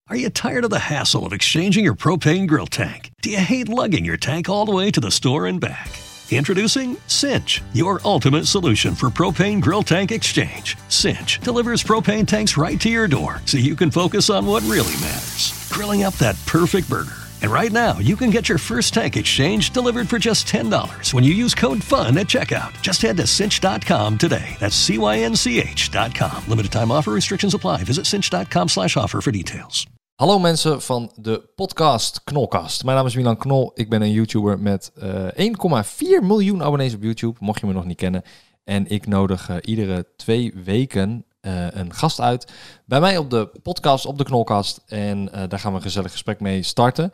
Are you tired of the hassle of exchanging your propane grill tank? Do you hate lugging your tank all the way to the store and back? Introducing Cinch, your ultimate solution for propane grill tank exchange. Cinch delivers propane tanks right to your door so you can focus on what really matters, grilling up that perfect burger. And right now, you can get your first tank exchange delivered for just $10 when you use code FUN at checkout. Just head to cinch.com today. That's CYNCH.com. Limited time offer, restrictions apply. Visit cinch.com/offer for details. Hallo mensen van de podcast Knolkast. Mijn naam is Milan Knol. Ik ben een YouTuber met 1,4 miljoen abonnees op YouTube, mocht je me nog niet kennen. En ik nodig iedere 2 weken een gast uit bij mij op de podcast, op de Knolkast. En daar gaan we een gezellig gesprek mee starten.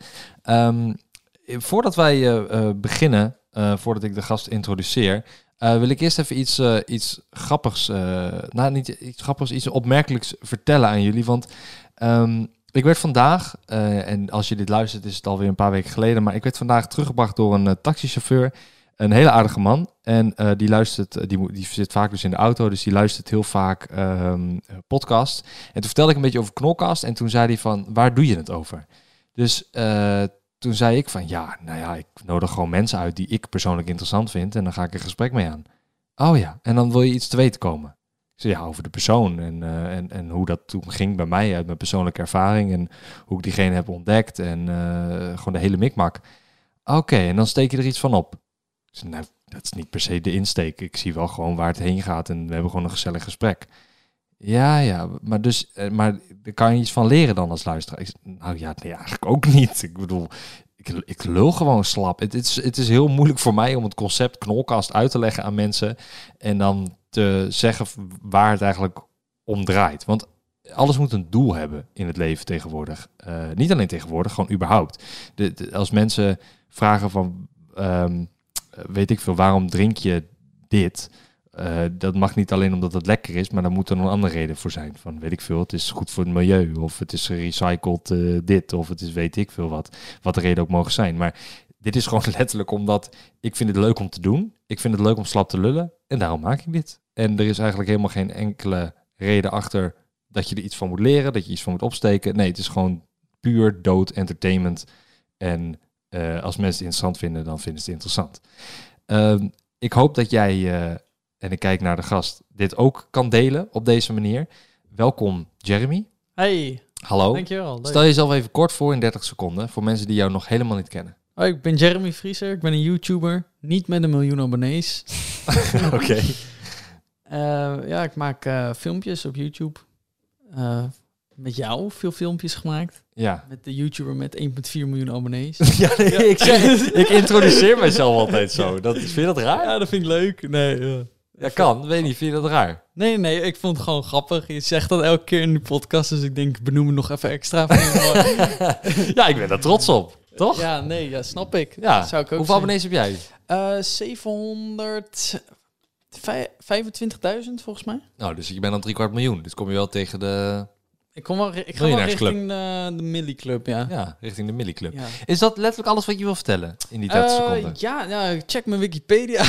Voordat wij beginnen, voordat ik de gast introduceer, wil ik eerst even iets grappigs, niet iets grappigs, iets opmerkelijks vertellen aan jullie. Want ik werd vandaag, en als je dit luistert is het alweer een paar weken geleden, maar ik werd vandaag teruggebracht door een taxichauffeur. Een hele aardige man. En die luistert, die zit vaak dus in de auto, dus die luistert heel vaak podcast. En toen vertelde ik een beetje over Knolkast en toen zei hij van, waar doe je het over? Dus toen zei ik van, ik nodig gewoon mensen uit die ik persoonlijk interessant vind en dan ga ik een gesprek mee aan. Oh ja, en dan wil je iets te weten komen. Ik zei, over de persoon en hoe dat toen ging bij mij uit mijn persoonlijke ervaring en hoe ik diegene heb ontdekt en gewoon de hele mikmak. Oké, en dan steek je er iets van op. Ik zei, nou, dat is niet per se de insteek. Ik zie wel gewoon waar het heen gaat en we hebben gewoon een gezellig gesprek. Ja, maar daar kan je iets van leren dan als luisteraar? Ik zei, nou ja, nee, eigenlijk ook niet. Ik bedoel, ik lul gewoon slap. Het is heel moeilijk voor mij om het concept Knolkast uit te leggen aan mensen en dan te zeggen waar het eigenlijk om draait. Want alles moet een doel hebben in het leven tegenwoordig. Niet alleen tegenwoordig, gewoon überhaupt. Als mensen vragen van, weet ik veel, waarom drink je dit? Dat mag niet alleen omdat het lekker is, maar daar moet er een andere reden voor zijn. Van, weet ik veel, het is goed voor het milieu, of het is gerecycled dit, of het is weet ik veel wat de reden ook mogen zijn. Maar dit is gewoon letterlijk omdat ik vind het leuk om te doen. Ik vind het leuk om slap te lullen en daarom maak ik dit. En er is eigenlijk helemaal geen enkele reden achter dat je er iets van moet leren, dat je iets van moet opsteken. Nee, het is gewoon puur dood entertainment. En als mensen het interessant vinden, dan vinden ze het interessant. Ik hoop dat jij, en ik kijk naar de gast, dit ook kan delen op deze manier. Welkom, Jeremy. Hey. Hallo. Dankjewel. Leuk. Stel jezelf even kort voor in 30 seconden, voor mensen die jou nog helemaal niet kennen. Oh, ik ben Jeremy Vriezer. Ik ben een YouTuber. Niet met 1 miljoen abonnees. Oké. Ik maak filmpjes op YouTube. Met jou veel filmpjes gemaakt. Ja. Met de YouTuber met 1,4 miljoen abonnees. Ik introduceer mezelf altijd zo. Vind je dat raar? Ja, dat vind ik leuk. Nee, Ja, kan. Weet niet. Vind je dat raar? Nee, ik vond het gewoon grappig. Je zegt dat elke keer in de podcast, dus ik denk, benoem het nog even extra. Ja, ik ben daar trots op. Toch? Ja, nee, ja, snap ik. Ja. Zou ik ook Hoeveel abonnees heb jij? 725.000 volgens mij. Nou, dus je bent dan 250.000. Dus kom je wel tegen de... Ik ga wel richting de Millie Club, ja. Ja, richting de Millie Club. Ja. Is dat letterlijk alles wat je wil vertellen in die 30 seconden? Ja, check mijn Wikipedia.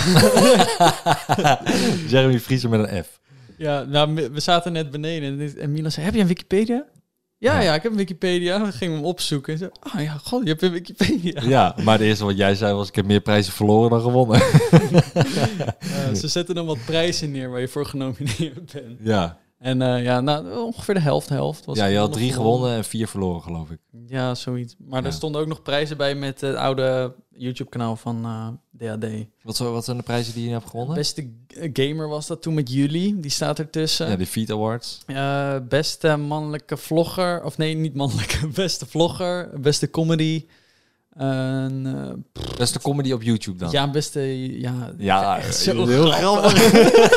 Jeremy Vriezer met een F. Ja, nou, we zaten net beneden en Milan zei, heb je een Wikipedia? Ja, ik heb een Wikipedia. Dan gingen we hem opzoeken. En zei, je hebt een Wikipedia. Ja, maar het eerste wat jij zei was, ik heb meer prijzen verloren dan gewonnen. Ze zetten dan wat prijzen neer waar je voor genomineerd bent. Ja. En ongeveer de helft. Was Je had 3 gewonnen en 4 verloren, geloof ik. Ja, zoiets. Maar er stonden ook nog prijzen bij met het oude YouTube-kanaal van DAD. Wat zijn de prijzen die je hebt gewonnen? Beste gamer was dat toen met jullie. Die staat ertussen. Ja, de Feed Awards. Beste mannelijke vlogger. Of nee, niet mannelijke. Beste vlogger. Beste comedy. Beste comedy op YouTube dan? Ja, beste... Ja, echt zo heel grappig.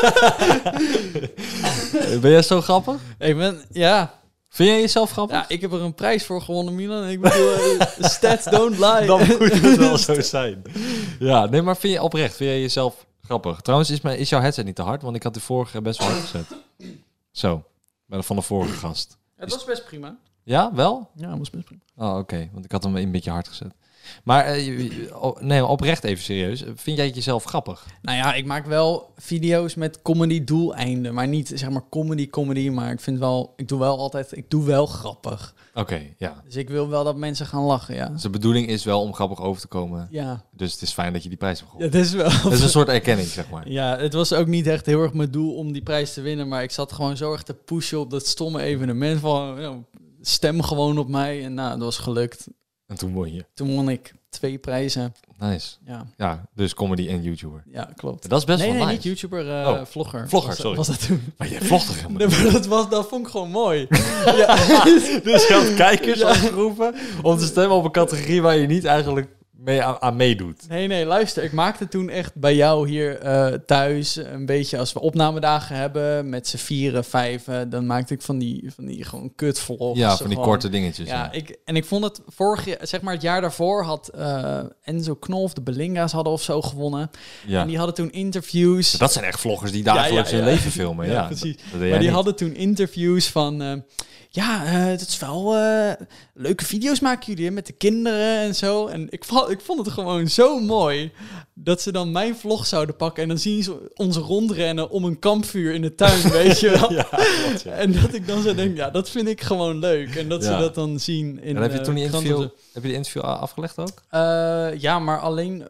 Ben jij zo grappig? Ja. Vind jij jezelf grappig? Ja, ik heb er een prijs voor gewonnen, Milan. Ik bedoel, stats don't lie. Dan moet het wel zo zijn. Ja, nee, maar vind jij jezelf grappig? Trouwens, is jouw headset niet te hard? Want ik had de vorige best wel hard gezet. Zo, bij van de vorige gast. Het was best prima. Ja, wel? Ja, het was best prima. Oh, oké. Want ik had hem een beetje hard gezet. Maar nee, oprecht even serieus. Vind jij het jezelf grappig? Nou ja, ik maak wel video's met comedy doeleinden. Maar niet zeg maar comedy. Maar ik doe wel grappig. Oké, ja. Dus ik wil wel dat mensen gaan lachen, ja. Dus de bedoeling is wel om grappig over te komen. Ja. Dus het is fijn dat je die prijs hebt Ja, gewonnen. het is wel... Dat is een soort erkenning, zeg maar. Ja, het was ook niet echt heel erg mijn doel om die prijs te winnen. Maar ik zat gewoon zo erg te pushen op dat stomme evenement van... stem gewoon op mij. En nou, dat was gelukt. En toen won je. Toen won ik 2 prijzen. Nice. Ja, Ja, dus comedy en YouTuber. ja klopt. Dat is best wel Nee, nice. niet YouTuber, Oh, vlogger. vlogger, sorry. Was dat toen? Maar jij vlogt toch helemaal Nee, maar dat vond ik gewoon mooi. Ja. Dus je had kijkers opgeroepen om te stemmen op een categorie waar je niet eigenlijk mee aan meedoet. Nee, luister. Ik maakte toen echt bij jou hier thuis een beetje... Als we opnamedagen hebben met z'n 4, 5... dan maakte ik van die gewoon kutvlogs. Ja, van die gewoon. korte dingetjes. Ja, ik vond het vorig jaar, zeg maar het jaar daarvoor... had Enzo Knol of de Belinga's hadden of zo gewonnen. Ja. En die hadden toen interviews... Dat zijn echt vloggers die dagelijks hun leven filmen. Ja, precies. Dat deed jij Maar die niet. hadden toen interviews van... het is wel leuke video's maken jullie hè, met de kinderen en zo. En ik vond het gewoon zo mooi dat ze dan mijn vlog zouden pakken en dan zien ze ons rondrennen om een kampvuur in de tuin, weet je wel. Ja, klopt, ja. En dat ik dan zo denk, ja, dat vind ik gewoon leuk. En dat ze Ja. dat dan zien in En heb je toen die kranten. interview, heb je de interview afgelegd ook? Ja, maar alleen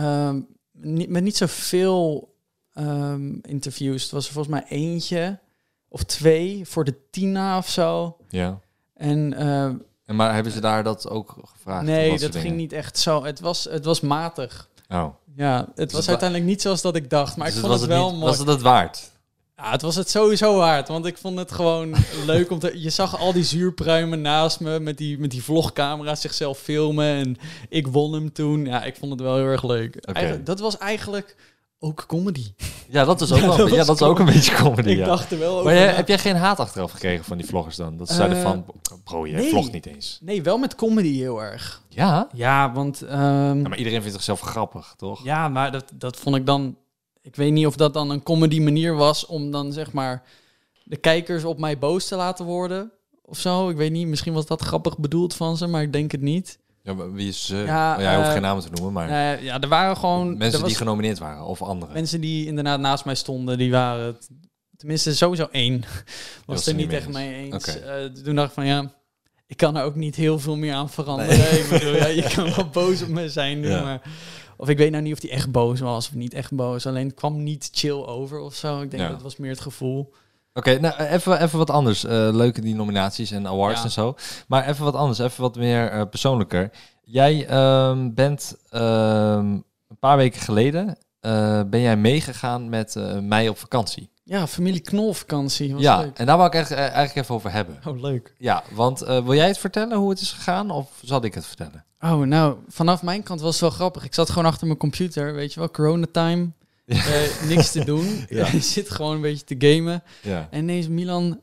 met niet zoveel interviews. Het was er volgens mij eentje of 2 voor de Tina of zo. Ja. En Maar hebben ze daar dat ook gevraagd? nee, Wat dat soort ging dingen? niet echt zo. Het was matig. Oh. Ja, het was wa- uiteindelijk niet zoals dat ik dacht. Maar Dus ik vond was het wel niet- mooi. Was het het waard? Ja, het was het sowieso waard. Want ik vond het gewoon leuk om te... Je zag al die zuurpruimen naast me met die vlogcamera's zichzelf filmen. En ik won hem toen. Ja, ik vond het wel heel erg leuk. Oké. Dat was eigenlijk ook comedy. Ja, dat is ook, wel, dat ja, was dat is ook een beetje comedy. Ik ja. dacht er wel over Maar na. heb jij geen haat achteraf gekregen van die vloggers dan? Dat ze zeiden van, bro, jij nee. vlogt niet eens. Nee, wel met comedy heel erg. Ja? Ja, want... Ja, maar iedereen vindt zichzelf grappig, toch? Ja, maar dat vond ik dan... Ik weet niet of dat dan een comedy manier was om dan zeg maar de kijkers op mij boos te laten worden of zo. Ik weet niet, misschien was dat grappig bedoeld van ze, maar ik denk het niet. Ja, maar wie is ze? Ja, Jij hoeft geen namen te noemen, maar Ja, er waren gewoon... mensen er die genomineerd waren of anderen. mensen die inderdaad naast mij stonden, die waren... Tenminste, sowieso 1 was Was er er niet niet echt mee mee eens. Oké. Toen dacht ik van ja, ik kan er ook niet heel veel meer aan veranderen. Ik bedoel, ja, je kan wel boos op me zijn nu, Ja. maar... Of ik weet nou niet of die echt boos was of niet echt boos. Alleen het kwam niet chill over of zo. Ik denk Ja. dat was meer het gevoel. Oké, nou even wat anders. Leuke die nominaties en awards Ja. en zo. Maar even wat anders, even wat meer persoonlijker. Jij bent een paar weken geleden ben jij meegegaan met mij op vakantie. Ja, familie Knolvakantie was Ja, leuk. en daar wou ik eigenlijk even over hebben. Oh, leuk. Ja, want wil jij het vertellen hoe het is gegaan of zal ik het vertellen? Oh, nou, vanaf mijn kant was het wel grappig. Ik zat gewoon achter mijn computer, weet je wel, coronatime. Niks te doen. Ja. Je zit gewoon een beetje te gamen. Ja. En ineens Milan,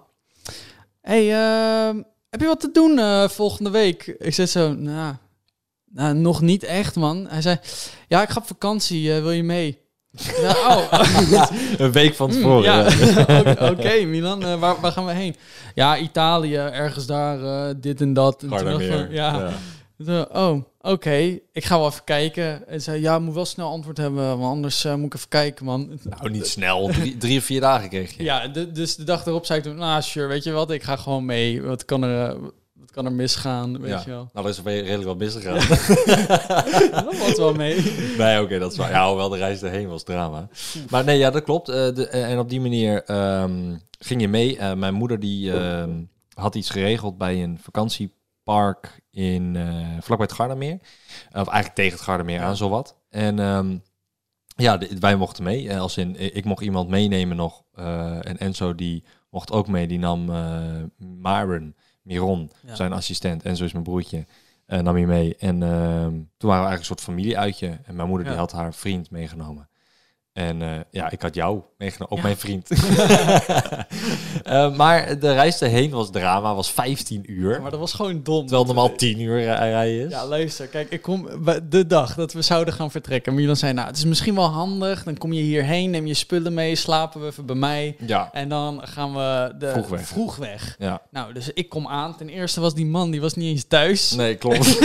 hey, heb je wat te doen volgende week? Ik zei zo, nou, nog niet echt, man. Hij zei, ja, ik ga op vakantie, wil je mee? Ja, Een week van tevoren. ja, Ja. oké, Milan, waar gaan we heen? Ja, Italië, ergens daar, dit en dat. En toen dacht ik van, Gardameer. ja. Oké, ik ga wel even kijken. En zei, ja, moet wel snel antwoord hebben, want anders moet ik even kijken, man. Nou, niet snel. 3 of 4 dagen kreeg je. Ja, dus de dag erop zei ik toen, nou, sure, weet je wat, ik ga gewoon mee. Wat kan er misgaan, weet je wel. Nou, dat is redelijk wel misgegaan. Dat valt wel mee. Nee, oké, dat is waar. Ja, hoewel de reis erheen was drama. Maar nee, ja, dat klopt. En op die manier ging je mee. Mijn moeder die had iets geregeld bij een vakantiepark in vlakbij het Gardameer. Of eigenlijk tegen het Gardameer aan, zowat. En wij mochten mee. Als in, ik mocht iemand meenemen nog. En Enzo die mocht ook mee. Die nam Miron, Ja. zijn assistent. Enzo is mijn broertje. Nam hij mee. En toen waren we eigenlijk een soort familieuitje. En mijn moeder die Ja. had haar vriend meegenomen. En ik had jou meegenomen, ook mijn vriend. Maar de reis erheen was drama, was 15 uur. Ja, maar dat was gewoon dom. Terwijl het normaal 10 uur rijden is. Ja, luister. Kijk, ik kom de dag dat we zouden gaan vertrekken. Milan zei, nou, het is misschien wel handig. Dan kom je hierheen, neem je spullen mee, slapen we even bij mij. Ja. En dan gaan we vroeg weg. Ja. Nou, dus ik kom aan. Ten eerste was die man, die was niet eens thuis. Nee, klopt.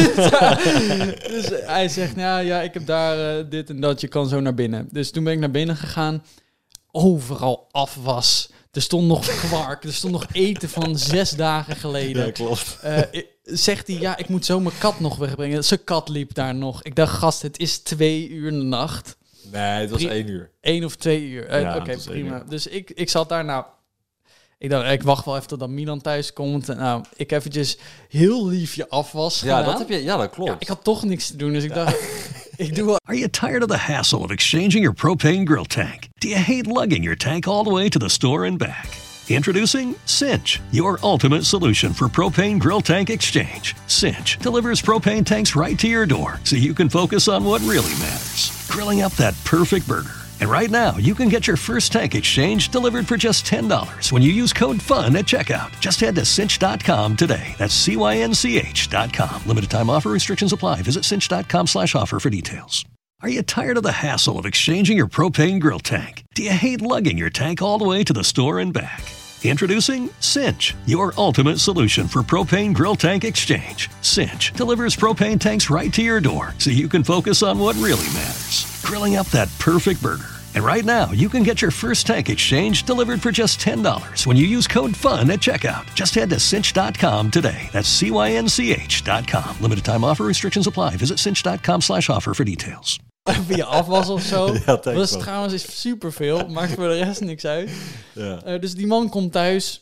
Dus hij zegt, nou ja, ik heb daar dit en dat. Je kan zo naar binnen. Dus toen ben ik naar binnen gegaan. Overal afwas. Er stond nog kwark. Er stond nog eten van 6 dagen geleden. Ja, klopt. Zegt hij, ja, ik moet zo mijn kat nog wegbrengen. Zijn kat liep daar nog. Ik dacht, gast, het is 2 uur in de nacht. Nee, het was 1 uur. 1 of 2 uur. Ja, Oké, het was 1 prima. uur. Dus ik zat daar, nou... Ik dacht, ik wacht wel even tot Milan thuis komt. Nou, ik eventjes heel lief je afwas gedaan. Dat klopt. Ja, ik had toch niks te doen, dus ik dacht... ik doe wel... Are you tired of the hassle of exchanging your propane grill tank? Do you hate lugging your tank all the way to the store and back? Introducing Cinch, your ultimate solution for propane grill tank exchange. Cinch delivers propane tanks right to your door so you can focus on what really matters, grilling up that perfect burger. And right now, you can get your first tank exchange delivered for just $10 when you use code FUN at checkout. Just head to cinch.com today. That's CYNCH.com. Limited time offer, restrictions apply. Visit cinch.com/offer for details. Are you tired of the hassle of exchanging your propane grill tank? Do you hate lugging your tank all the way to the store and back? Introducing Cinch, your ultimate solution for propane grill tank exchange. Cinch delivers propane tanks right to your door so you can focus on what really matters, grilling up that perfect burger. And right now, you can get your first tank exchange delivered for just $10 when you use code FUN at checkout. Just head to cinch.com today. That's CYNCH.com. Limited time offer, restrictions apply. Visit cinch.com/offer for details. via afwas of zo. Ja, Dat is trouwens is superveel. Maakt voor de rest niks uit. Ja. Dus die man komt thuis.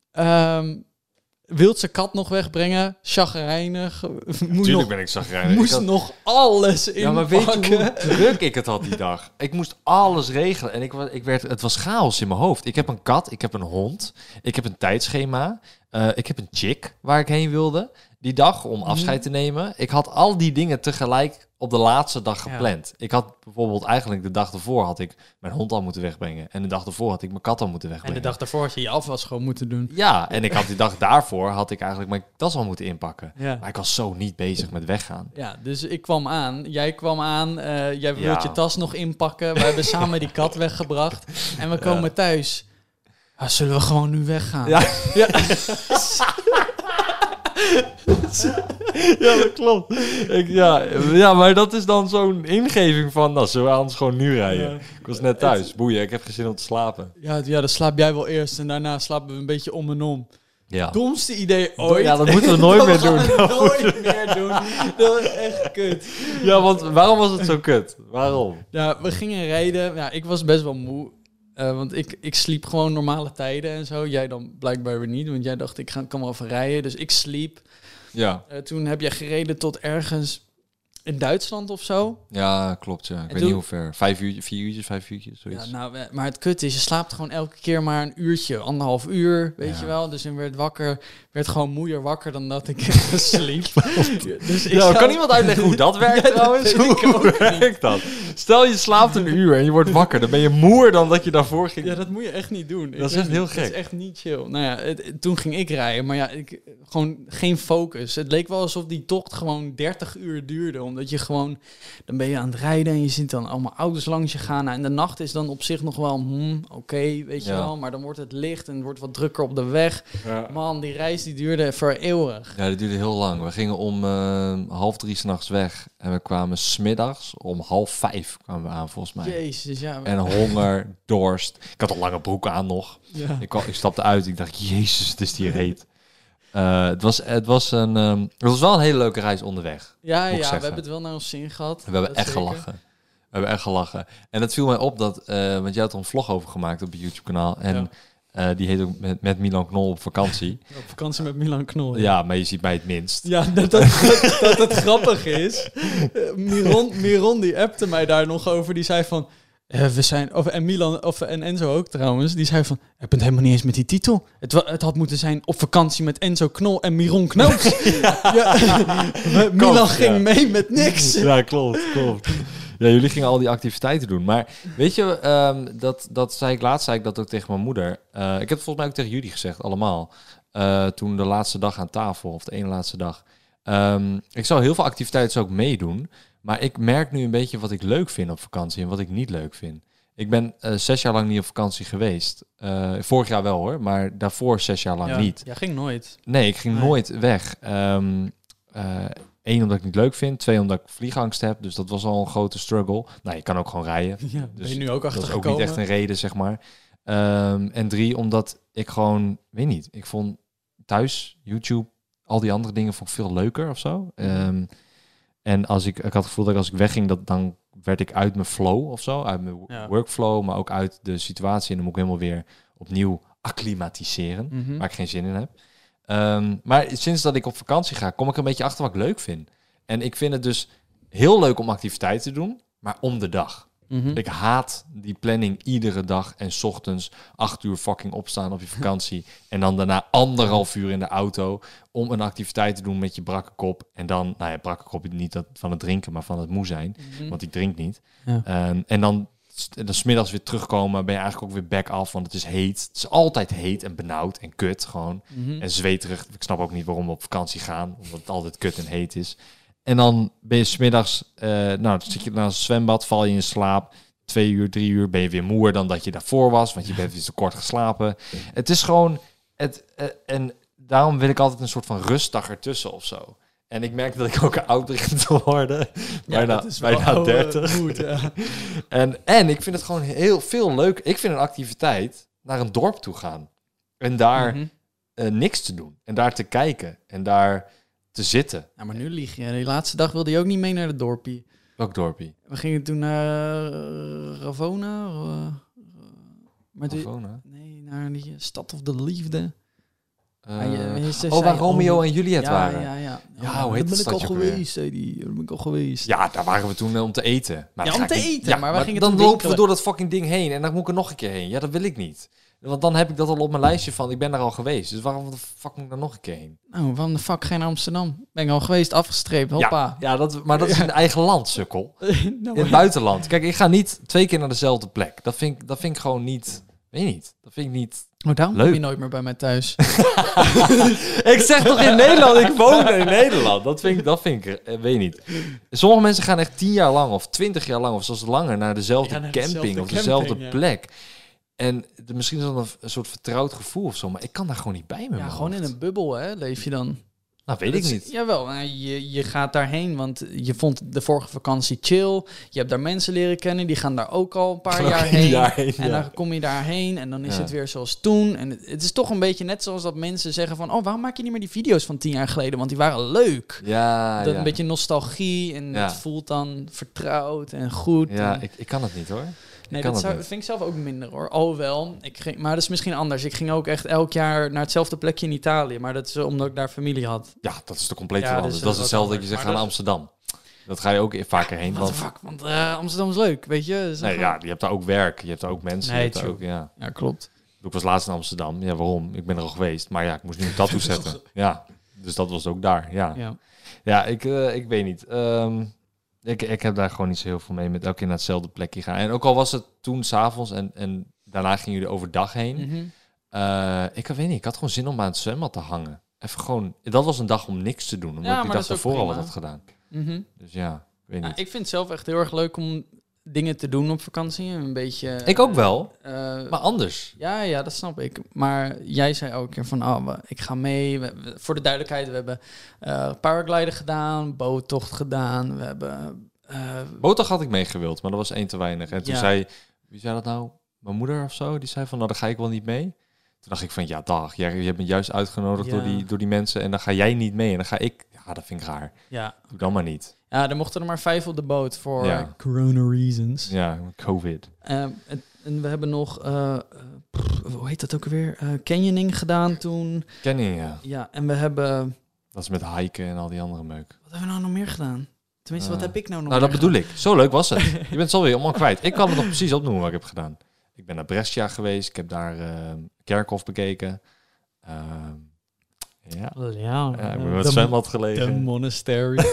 Wilt zijn kat nog wegbrengen. Chagrijnig. Tuurlijk ben ik chagrijnig. Moest nog alles inpakken. Ja, maar weet je hoe druk ik het had die dag? Ik moest alles regelen. En het was chaos in mijn hoofd. Ik heb een kat, ik heb een hond. Ik heb een tijdschema. Ik heb een chick waar ik heen wilde. Die dag om afscheid te nemen. Ik had al die dingen tegelijk op de laatste dag gepland. Ja. Ik had bijvoorbeeld eigenlijk de dag ervoor had ik mijn hond al moeten wegbrengen. En de dag ervoor had ik mijn kat al moeten wegbrengen. En de dag daarvoor had je je afwas gewoon moeten doen. Ja, en ik had die dag daarvoor had ik eigenlijk mijn tas al moeten inpakken. Ja. Maar ik was zo niet bezig met weggaan. Ja, dus ik kwam aan. Jij kwam aan. Jij wilt je tas nog inpakken. We hebben samen die kat weggebracht. En we komen thuis. Zullen we gewoon nu weggaan? Ja. Ja, dat klopt. Ja, maar dat is dan zo'n ingeving van... Nou, zullen we anders gewoon nu rijden? Ja. Ik was net thuis. Boeien, ik heb geen zin om te slapen. Ja, dan slaap jij wel eerst. En daarna slapen we een beetje om en om. Ja. Domste idee ooit. Ja, dat moeten we nooit meer doen. Nooit meer doen. Dat is echt kut. Ja, want waarom was het zo kut? Waarom? Ja, we gingen rijden. Ja, ik was best wel moe. Want ik sliep gewoon normale tijden en zo. Jij dan blijkbaar weer niet. Want jij dacht, kan wel even rijden. Dus ik sliep. Ja. Toen heb jij gereden tot ergens in Duitsland of zo. Ja, klopt. Ja. Ik weet niet hoe ver. 5 uurtjes, zoiets. Ja, nou, maar het kut is, je slaapt gewoon elke keer maar een uurtje, 1,5 uur, weet je wel. Dus ik werd gewoon moeier wakker dan dat ik sliep. Dus kan iemand uitleggen hoe dat werkt trouwens? Hoe werkt dat? Stel je slaapt een uur en je wordt wakker, dan ben je moer dan dat je daarvoor ging. Ja, dat moet je echt niet doen. Dat is echt heel gek. Dat is echt niet chill. Nou ja, toen ging ik rijden, maar ja, gewoon geen focus. Het leek wel alsof die tocht gewoon 30 uur duurde, omdat je gewoon, dan ben je aan het rijden en je ziet dan allemaal auto's langs je gaan. En de nacht is dan op zich nog wel, oké, weet je wel. Maar dan wordt het licht en het wordt wat drukker op de weg. Ja. Man, die reis die duurde voor eeuwig. Ja, die duurde heel lang. We gingen om 2:30 s'nachts weg en we kwamen 's middags om 4:30 kwamen we aan, volgens mij. Jezus, ja. En honger, dorst. Ik had een lange broek aan nog. Ja. Ik stapte uit. Ik dacht, jezus, het is die reet. Het was wel een hele leuke reis onderweg. Ja, we hebben het wel naar ons zin gehad. We hebben echt gelachen. En het viel mij op dat, want jij had er een vlog over gemaakt op je YouTube-kanaal. En die heet ook met Milan Knol op vakantie. Op vakantie met Milan Knol. Ja, maar je ziet mij het minst. Ja, dat het grappig is. Miron die appte mij daar nog over. Die zei van... we zijn, en Milan en Enzo ook trouwens, die zei van, ik ben het helemaal niet eens met die titel. Het had moeten zijn op vakantie met Enzo Knol en Miron Knoops. Milan ging mee met niks. Ja, klopt. Ja, jullie gingen al die activiteiten doen. Maar weet je, dat zei ik laatst, zei ik dat ook tegen mijn moeder. Ik heb het volgens mij ook tegen jullie gezegd, allemaal. Toen de laatste dag aan tafel, of de ene laatste dag. Ik zou heel veel activiteiten ook meedoen. Maar ik merk nu een beetje wat ik leuk vind op vakantie en wat ik niet leuk vind. Ik ben 6 jaar lang niet op vakantie geweest. Vorig jaar wel hoor, maar daarvoor 6 jaar lang niet. Ja, ging nooit. Nee, ik ging nooit weg. 1, omdat ik het niet leuk vind. 2, omdat ik vliegangst heb. Dus dat was al een grote struggle. Nou, je kan ook gewoon rijden. Ja, dus ben je nu ook dat is ook achtergekomen? niet echt een reden, zeg maar. En 3, omdat ik gewoon, weet niet, ik vond thuis, YouTube, al die andere dingen vond ik veel leuker of zo. En ik had het gevoel dat als ik wegging, dan werd ik uit mijn flow of zo. Uit mijn workflow, maar ook uit de situatie. En dan moet ik helemaal weer opnieuw acclimatiseren, waar ik geen zin in heb. Maar sinds dat ik op vakantie ga, kom ik een beetje achter wat ik leuk vind. En ik vind het dus heel leuk om activiteiten te doen, maar om de dag. Ik haat die planning iedere dag en 's ochtends 8 uur fucking opstaan op je vakantie. En dan daarna 1,5 uur in de auto om een activiteit te doen met je brakke kop. En dan, nou ja, brakke kop niet dat van het drinken, maar van het moe zijn. Want ik drink niet. Ja. En dan 's middags weer terugkomen, ben je eigenlijk ook weer back af, want het is heet. Het is altijd heet en benauwd en kut gewoon. En zweterig. Ik snap ook niet waarom we op vakantie gaan, omdat het altijd kut en heet is. En dan ben je 's middags, dan zit je naar een zwembad, val je in slaap. 2 uur, 3 uur ben je weer moeer dan dat je daarvoor was, want je bent weer te kort geslapen. Het is gewoon, en daarom wil ik altijd een soort van rustdag ertussen of zo. En ik merk dat ik ook oud begin te worden. Bijna 30. Goed, ja. En ik vind het gewoon heel veel leuk. Ik vind een activiteit naar een dorp toe gaan. En daar niks te doen. En daar te kijken. En daar te zitten. Ja, maar nu lieg je. Die laatste dag wilde je ook niet mee naar het dorpie. Welk dorpie? We gingen toen naar Ravona. Ravona? Nee, naar die Stad of de Liefde. Waar Romeo en Juliet waren. Ja, hoe heet dat het ben ik al stadje geweest, zei die. Daar ben ik al geweest. Ja, daar waren we toen om te eten. Maar om te eten, ja, maar we gingen dan toen lopen we door dat fucking ding heen en dan moet ik er nog een keer heen. Ja, dat wil ik niet. Want dan heb ik dat al op mijn lijstje van, ik ben daar al geweest. Dus waarom de fuck moet ik daar nog een keer heen? Nou, van de fuck geen Amsterdam. Ben ik al geweest, afgestreept, hoppa. Ja, maar dat is in eigen land, sukkel. In het buitenland. Kijk, ik ga niet 2 keer naar dezelfde plek. Dat vind ik gewoon niet... Weet niet. Dat vind ik niet daarom leuk. Kom je nooit meer bij mij thuis. Ik zeg toch in Nederland, ik woon in Nederland. Dat vind ik weet niet. Sommige mensen gaan echt 10 jaar lang of 20 jaar lang of zelfs langer naar dezelfde camping of dezelfde plek. En misschien is dat een soort vertrouwd gevoel of zo, maar ik kan daar gewoon niet bij me. Ja, gewoon in een bubbel, hè, leef je dan. Nou, weet ik niet. Jawel, je gaat daarheen, want je vond de vorige vakantie chill. Je hebt daar mensen leren kennen, die gaan daar ook al een paar jaar heen. En dan kom je daarheen en dan is het weer zoals toen. En het is toch een beetje net zoals dat mensen zeggen van... oh, waarom maak je niet meer die video's van 10 jaar geleden? Want die waren leuk. Een beetje nostalgie en het voelt dan vertrouwd en goed. Ja, ik kan het niet hoor. Nee, dat vind ik zelf ook minder hoor. Alhoewel, maar dat is misschien anders. Ik ging ook echt elk jaar naar hetzelfde plekje in Italië. Maar dat is omdat ik daar familie had. Ja, dat is toch compleet anders. Dat is hetzelfde dat je zegt, ga naar Amsterdam. Dat ga je ook vaker heen. Want Amsterdam is leuk, weet je. Nee, ja, je hebt daar ook werk. Je hebt daar ook mensen. Nee, je hebt ook, ja, klopt. Ik was laatst in Amsterdam. Ja, waarom? Ik ben er al geweest. Maar ja, ik moest nu een tattoo zetten. Ja, dus dat was ook daar. Ja, ik weet niet. Ik heb daar gewoon niet zo heel veel mee met elke keer naar hetzelfde plekje gaan. En ook al was het toen 's avonds en daarna gingen jullie overdag heen. Ik weet niet, ik had gewoon zin om aan het zwembad te hangen. Even gewoon, dat was een dag om niks te doen. Omdat ik dacht daarvoor al wat had gedaan. Dus ja, ik weet niet. Ik vind het zelf echt heel erg leuk om dingen te doen op vakantie. Een beetje... Ik ook wel, maar anders. Ja, dat snap ik. Maar jij zei ook een keer van, ik ga mee. Voor de duidelijkheid, we hebben paragliden gedaan, boottocht gedaan. We hebben... Boottocht had ik meegewild, maar dat was 1 te weinig. En toen zei, wie zei dat nou? Mijn moeder of zo? Die zei van, nou, daar ga ik wel niet mee. Toen dacht ik van, ja, dag. Je hebt me juist uitgenodigd door die mensen en dan ga jij niet mee. En dan ga ik... Ja, dat vind ik raar. Ja. Doe dan maar niet. Ja, er mochten er maar 5 op de boot voor corona reasons. Ja, COVID. En we hebben nog, hoe heet dat ook alweer? Canyoning gedaan toen. Canyoning, ja. Ja, en we hebben... Dat is met hiken en al die andere meuk. Wat hebben we nou nog meer gedaan? Tenminste, wat heb ik nou nog meer dat bedoel ik. Zo leuk was het. Je bent het alweer allemaal kwijt. Ik kan het nog precies opnoemen wat ik heb gedaan. Ik ben naar Brescia geweest. Ik heb daar Kerkhof bekeken. Ja. Ja, Ik ben met het zwembad gelegen. De monastery.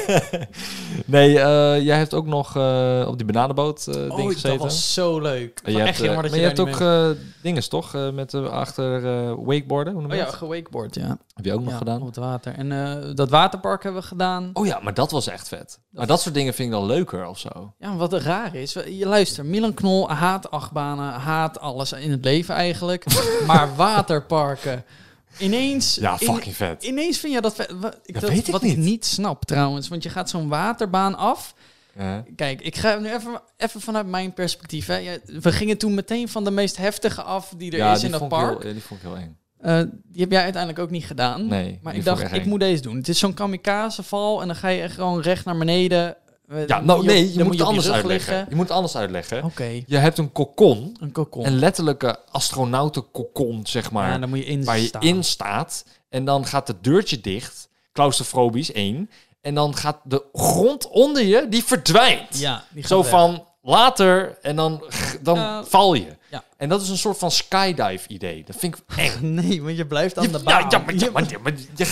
Nee, jij hebt ook nog op die bananenboot dingen gezeten. Dat was zo leuk. Je hebt, echt jammer dat maar je je hebt daar ook dinges, toch? Met achter wakeboarden, hoe noem je ja, dat? gewakeboard, ja. Heb je ook nog Ja, gedaan? op het water. En dat waterpark hebben we gedaan. Oh ja, maar dat was echt vet. Maar dat soort dingen vind ik dan leuker of zo. Ja, wat raar is. Je luister, Milan Knol haat achtbanen, haat alles in het leven eigenlijk. Maar waterparken. Ineens... Ja, fucking vet. Ineens vind je dat vet. Weet ik wat niet. ik niet snap trouwens. Want je gaat zo'n waterbaan af. Kijk, ik ga nu even vanuit mijn perspectief. Hè. Ja, we gingen toen meteen van de meest heftige af die er is in dat park. Die vond ik heel eng. Die heb jij uiteindelijk ook niet gedaan. Nee, Maar die ik vond dacht, echt ik eng. moet deze doen. Het is zo'n kamikazeval en dan ga je echt gewoon recht naar beneden. Ja, nou nee, je moet het op anders rug uitleggen. liggen. Je moet het anders uitleggen. Oké, Je hebt een kokon, een kokon. een letterlijke astronautenkokon, zeg maar. Ja, dan moet je in waar je staan. in staat. En dan gaat het deurtje dicht. Claustrofobisch, 1. En dan gaat de grond onder je, die verdwijnt. Ja, die gaat Zo weg. van later en dan val je. Ja. En dat is een soort van skydive idee. Dat vind ik eng. Nee, want je blijft aan de baan. Maar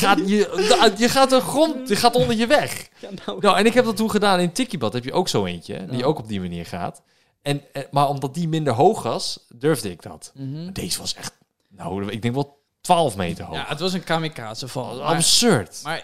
je gaat de grond, je gaat onder je weg. Ja, nou, Nou, en ik heb dat toen gedaan in Tikibad. Heb je ook zo eentje, hè, die ook op die manier gaat. Maar omdat die minder hoog was, durfde ik dat. mhm. Deze was echt, nou, ik denk wel 12 meter hoog. Ja, het was een kamikazeval. Maar, Absurd. maar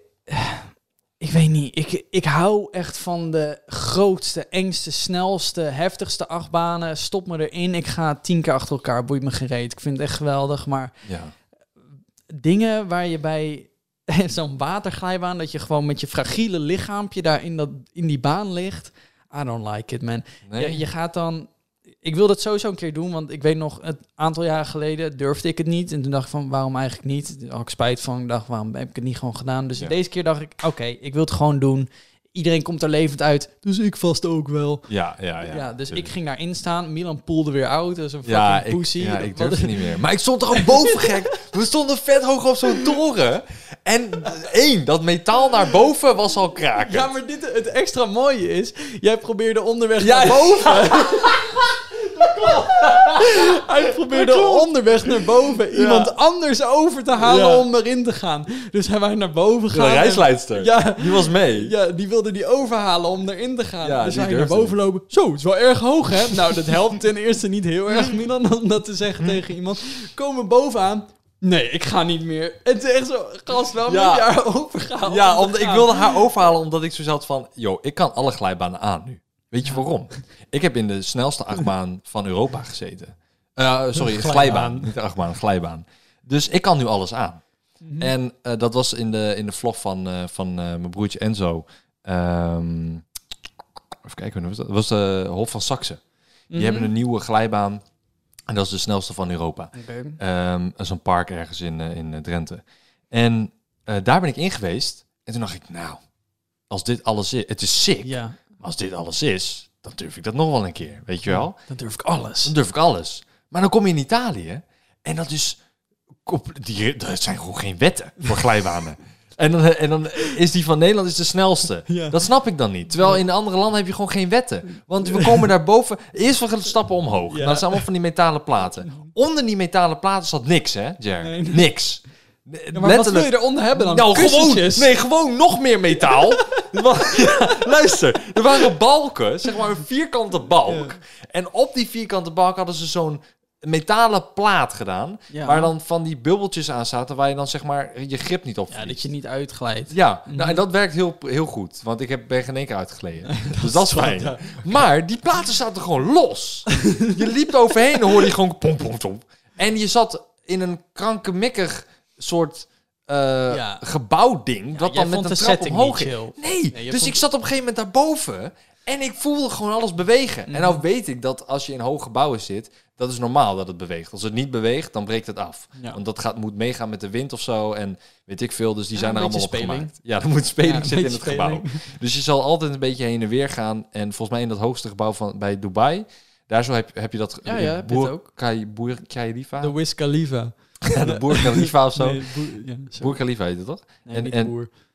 ik weet niet. Ik hou echt van de grootste, engste, snelste, heftigste achtbanen. Stop me erin. Ik ga 10 keer achter elkaar. Boeit me gereed. Ik vind het echt geweldig. Maar Ja. dingen waar je bij zo'n waterglijbaan, dat je gewoon met je fragiele lichaampje daar in die baan ligt. I don't like it, man. Nee. Je gaat dan... Ik wil dat sowieso een keer doen, want ik weet nog, een aantal jaren geleden durfde ik het niet. En toen dacht ik van, waarom eigenlijk niet? Daar had ik spijt van. Ik dacht, waarom heb ik het niet gewoon gedaan? Dus Ja. deze keer dacht ik, oké, ik wil het gewoon doen. Iedereen komt er levend uit, dus ik vast ook wel. Ja. Dus ik ging daarin staan. Milan poelde weer out, dus een fucking Ja, pussy. ik durfde niet meer. Maar ik stond er ook boven, gek. We stonden vet hoog op zo'n toren. En dat metaal naar boven was al kraken. Ja, maar het extra mooie is, jij probeerde onderweg naar boven. Hij probeerde onderweg naar boven iemand anders over te halen om erin te gaan. Dus hij wou naar boven gaan. De reisleidster. Ja. Die was mee. Ja, die wilde die overhalen om erin te gaan. Ja, dus die hij naar durfde boven lopen. Zo, het is wel erg hoog, hè? Nou, dat helpt ten eerste niet heel erg, Milan, om dat te zeggen tegen iemand. Komen bovenaan. Nee, ik ga niet meer. Het is echt zo, gast, waarom heb je haar overgehaald? Ja, ik wilde haar overhalen omdat ik zo zat van... ik kan alle glijbanen aan nu. Weet je waarom? Ik heb in de snelste achtbaan van Europa gezeten. Sorry, glijbaan. Niet de achtbaan, glijbaan. Dus ik kan nu alles aan. Mhm. En dat was in de vlog van mijn broertje Enzo. Even kijken, hoe was dat? Dat was de Hof van Saxe. Die hebben een nieuwe glijbaan. En dat is de snelste van Europa. Oké. Dat is een park ergens in Drenthe. En daar ben ik in geweest. En toen dacht ik, nou, als dit alles is... Het is sick. Ja, Maar als dit alles is, dan durf ik dat nog wel een keer. Weet je wel? dan durf ik alles. Dan durf ik alles. Maar dan kom je in Italië. En dat is... Dat zijn gewoon geen wetten voor glijbanen. En dan is die van Nederland is de snelste. Ja. Dat snap ik dan niet. Terwijl in de andere landen heb je gewoon geen wetten. Want we komen daar boven... Eerst we stappen omhoog. Ja. Dat zijn allemaal van die metalen platen. Onder die metalen platen zat niks, hè, Jer? Nee. Niks. Ja, maar wat wil je eronder hebben dan? Nou, Kussentjes? gewoon nog meer metaal. Luister, er waren balken, zeg maar een vierkante balk. En op die vierkante balk hadden ze zo'n metalen plaat gedaan. Ja. Waar dan van die bubbeltjes aan zaten, waar je dan zeg maar je grip niet op Ja, verliest. dat je niet uitglijdt. Ja, nou, en dat werkt heel goed. Want ik ben geen één keer uitgeleden. Dus dat is fijn. Maar die platen zaten gewoon los. Je liep er overheen en hoorde je gewoon pom, pom, pom. En je zat in een krankemikkig soort gebouwding. Dat jij dan met vond een de trap setting omhoog niet ging. chill. Nee, Nee, je dus vond- ik zat op een gegeven moment daarboven. En ik voelde gewoon alles bewegen. En nou weet ik dat als je in hoge gebouwen zit, dat is normaal dat het beweegt. Als het niet beweegt, dan breekt het af. Ja. Want dat moet meegaan met de wind of zo. En weet ik veel, dus die Ja, zijn er een allemaal op beetje speling. gemaakt. Ja, er moet speling Ja, een zitten in het beetje gebouw. speling. Dus je zal altijd een beetje heen en weer gaan. En volgens mij in dat hoogste gebouw bij Dubai, daar zo heb je dat... Ja, heb je het ook. Burj Khalifa? De Wiz Khalifa. Ja, de Burj Khalifa of zo. Nee, ja, zo. Burj Khalifa heet het toch? Nee, en- niet en- boer.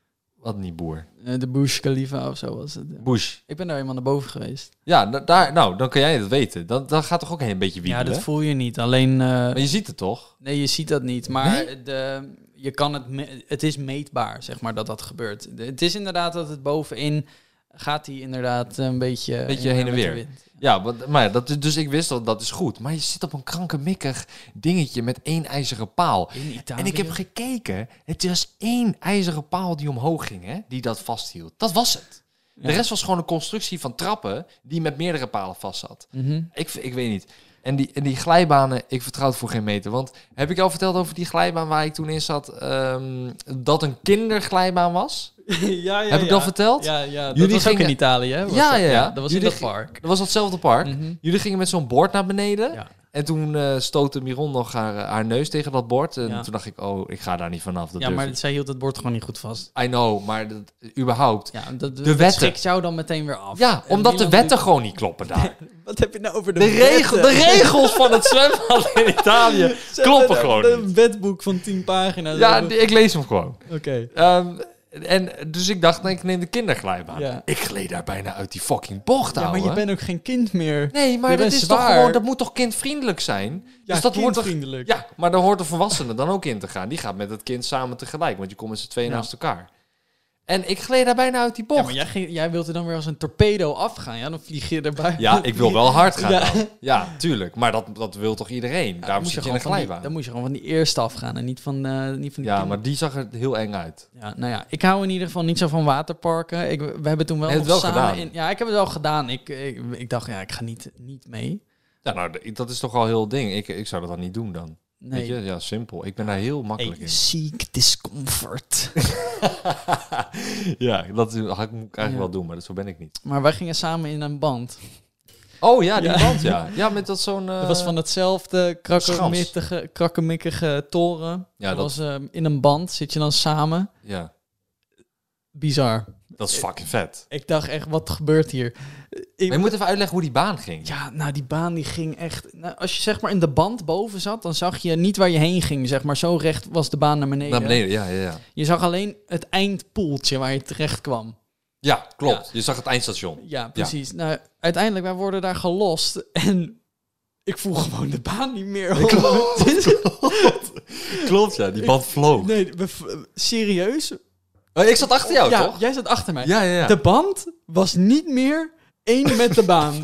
Wat niet boer? De Burj Khalifa of zo was het. Bush. Ik ben daar helemaal naar boven geweest. Ja, dan kan jij het weten. Dan gaat toch ook een beetje wiebelen? Ja, dat voel je niet. Alleen... Maar je ziet het toch? Nee, je ziet dat niet. Maar Nee? je kan het is meetbaar, zeg maar, dat gebeurt. Het is inderdaad dat het bovenin gaat hij inderdaad een beetje Heen en met weer. de wind. Ja, maar dus ik wist dat is goed. Maar je zit op een krankemikkig dingetje met 1 ijzeren paal. In Italië. En ik heb gekeken. Het was 1 ijzeren paal die omhoog ging, hè? Die dat vasthield. Dat was het. De rest was gewoon een constructie van trappen die met meerdere palen vast zat. Mhm. Ik weet niet. En die glijbanen, ik vertrouw het voor geen meter. Want heb ik al verteld over die glijbaan waar ik toen in zat, dat een kinderglijbaan was? ja, Heb ik dat verteld? Ja, dat Jullie was ook gingen- in Italië, hè? Ja. Dat was Jullie in dat park. Dat was hetzelfde park. Mhm. Jullie gingen met zo'n bord naar beneden. Ja. En toen stootte Miron nog haar neus tegen dat bord. En Ja. toen dacht ik, ik ga daar niet vanaf. Dat Ja, durf maar ik. zij hield het bord gewoon niet goed vast. I know, maar überhaupt. Ja, dat wetten. schrikt jou dan meteen weer af. Ja, En omdat de Milan wetten gewoon niet kloppen daar. Wat heb je nou over De regels van het zwembad in Italië kloppen gewoon Een niet. wetboek van 10 pagina's. Ja, ik lees hem gewoon. Oké. En dus ik dacht, ik neem de kinderglijbaan. Ja. Ik gleed daar bijna uit die fucking bocht, Ja, maar ouwe. je bent ook geen kind meer. Nee, maar je dat bent is toch zwaar. gewoon, dat moet toch kindvriendelijk zijn? Ja, dus dat hoort toch, kindvriendelijk. ja, maar dan hoort de volwassene dan ook in te gaan. Die gaat met het kind samen tegelijk, want je komt met z'n tweeën Ja. naast elkaar. En ik gleed daar bijna uit die Ja, bocht. maar jij wilt er dan weer als een torpedo afgaan. Ja, dan vlieg je erbij. Ja, ik wil wel hard gaan Ja. dan. Ja, tuurlijk. Maar dat wil toch iedereen? Ja, Daarom moet zit je in een gewoon van die- glijbaan. Dan moet je gewoon van die eerste afgaan en niet van die Ja, maar die zag er heel eng uit. Ja, nou ja, ik hou in ieder geval niet zo van waterparken. We hebben toen wel Heb nog je het wel samen gedaan? ja, ik heb het wel gedaan. Ik dacht, ja, ik ga niet mee. Ja, nou, dat is toch wel heel ding. Ik zou dat dan niet doen dan. Nee. Weet je? Ja, simpel. Ik ben daar heel makkelijk in. Seek discomfort. Ja, dat moet ik eigenlijk Ja. wel doen, maar zo ben ik niet. Maar wij gingen samen in een band. Oh ja, die Ja. band, ja. Ja, met dat zo'n... Het was van hetzelfde krakkemikkige toren. Ja, dat dat- was in een band, zit je dan samen. Ja, Bizar. dat is fucking vet. Ik dacht echt, wat gebeurt hier? Maar je moet even uitleggen hoe die baan ging. Ja, nou die baan die ging echt... Nou, als je zeg maar in de band boven zat, dan zag je niet waar je heen ging. Zeg maar, zo recht was de baan naar beneden. Naar beneden, ja. Je zag alleen het eindpoeltje waar je terecht kwam. Ja, klopt. Je zag het eindstation. Ja, precies. Nou, uiteindelijk, wij worden daar gelost en ik voel gewoon de baan niet meer. Klopt, ja. Die band vloog. Nee, serieus? Oh, ik zat achter jou, ja, toch? jij zat achter mij. Ja. De band was niet meer één met de baan.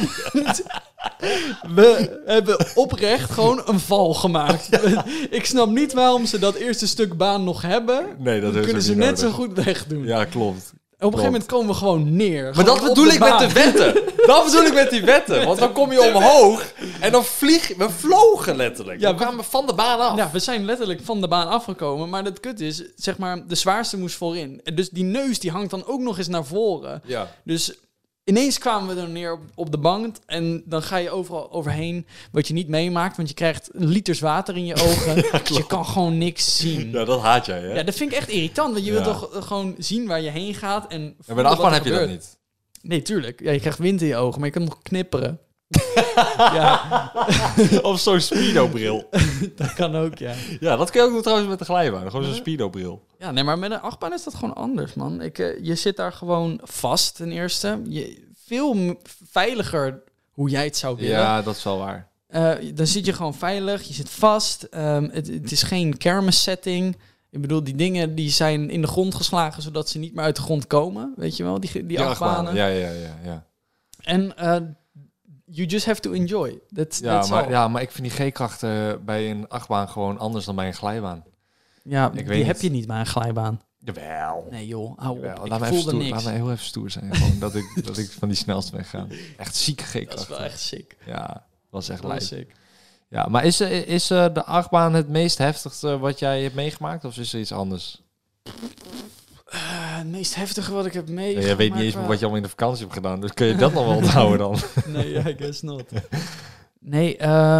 We hebben oprecht gewoon een val gemaakt. Ik snap niet waarom ze dat eerste stuk baan nog hebben. Nee, dat Dan is kunnen ook ze niet net nodig. zo goed wegdoen. Ja, klopt. Op een gegeven moment komen we gewoon neer. Maar Gewoon dat op bedoel de ik met baan. de wetten. Dat bedoel ik met die wetten. Want dan kom je omhoog en dan we vlogen letterlijk. Ja, we kwamen van de baan af. Ja, we zijn letterlijk van de baan afgekomen. Maar het kut is, zeg maar, de zwaarste moest voorin. En dus die neus die hangt dan ook nog eens naar voren. Ja. Dus ineens kwamen we er neer op de bank. En dan ga je overal overheen. Wat je niet meemaakt, want je krijgt liters water in je ogen. Dus je kan gewoon niks zien. Ja, dat haat jij, hè? Ja, dat vind ik echt irritant. Want je Ja. wilt toch gewoon zien waar je heen gaat. En Ja, bij voelen de achtbaan wat heb er je dat gebeurt. niet. Nee, tuurlijk. Ja, je krijgt wind in je ogen, maar je kan nog knipperen. Ja, Of zo'n speedo-bril. dat kan ook, ja. Ja, dat kun je ook doen trouwens met de glijbaan. Gewoon zo'n speedo-bril. Ja, nee, maar met een achtbaan is dat gewoon anders, man. Je zit daar gewoon vast, ten eerste. Veel veiliger hoe jij het zou willen. Ja, dat is wel waar. Dan zit je gewoon veilig, je zit vast. Het is geen kermissetting. Ik bedoel, die dingen die zijn in de grond geslagen, zodat ze niet meer uit de grond komen. Weet je wel, die achtbanen. Ja. En you just have to enjoy. That's all. Maar ik vind die G-krachten bij een achtbaan gewoon anders dan bij een glijbaan. Ja, Ik die weet heb niet. je niet bij een glijbaan. Jawel. Nee joh, hou op. Jawel. Ik Laat me voelde niks. Laat me heel even stoer zijn. Gewoon dat ik van die snelste ben gegaan. Echt zieke Dat is G-krachten. wel echt sick. Ja, was echt Dat lijp. is sick. Ja, maar is de achtbaan het meest heftigste wat jij hebt meegemaakt? Of is er iets anders? Het meest heftige wat ik heb Ja, meegemaakt. jij weet niet eens meer wat je allemaal in de vakantie hebt gedaan. Dus kun je dat nog wel onthouden dan? Nee, I guess not. Nee,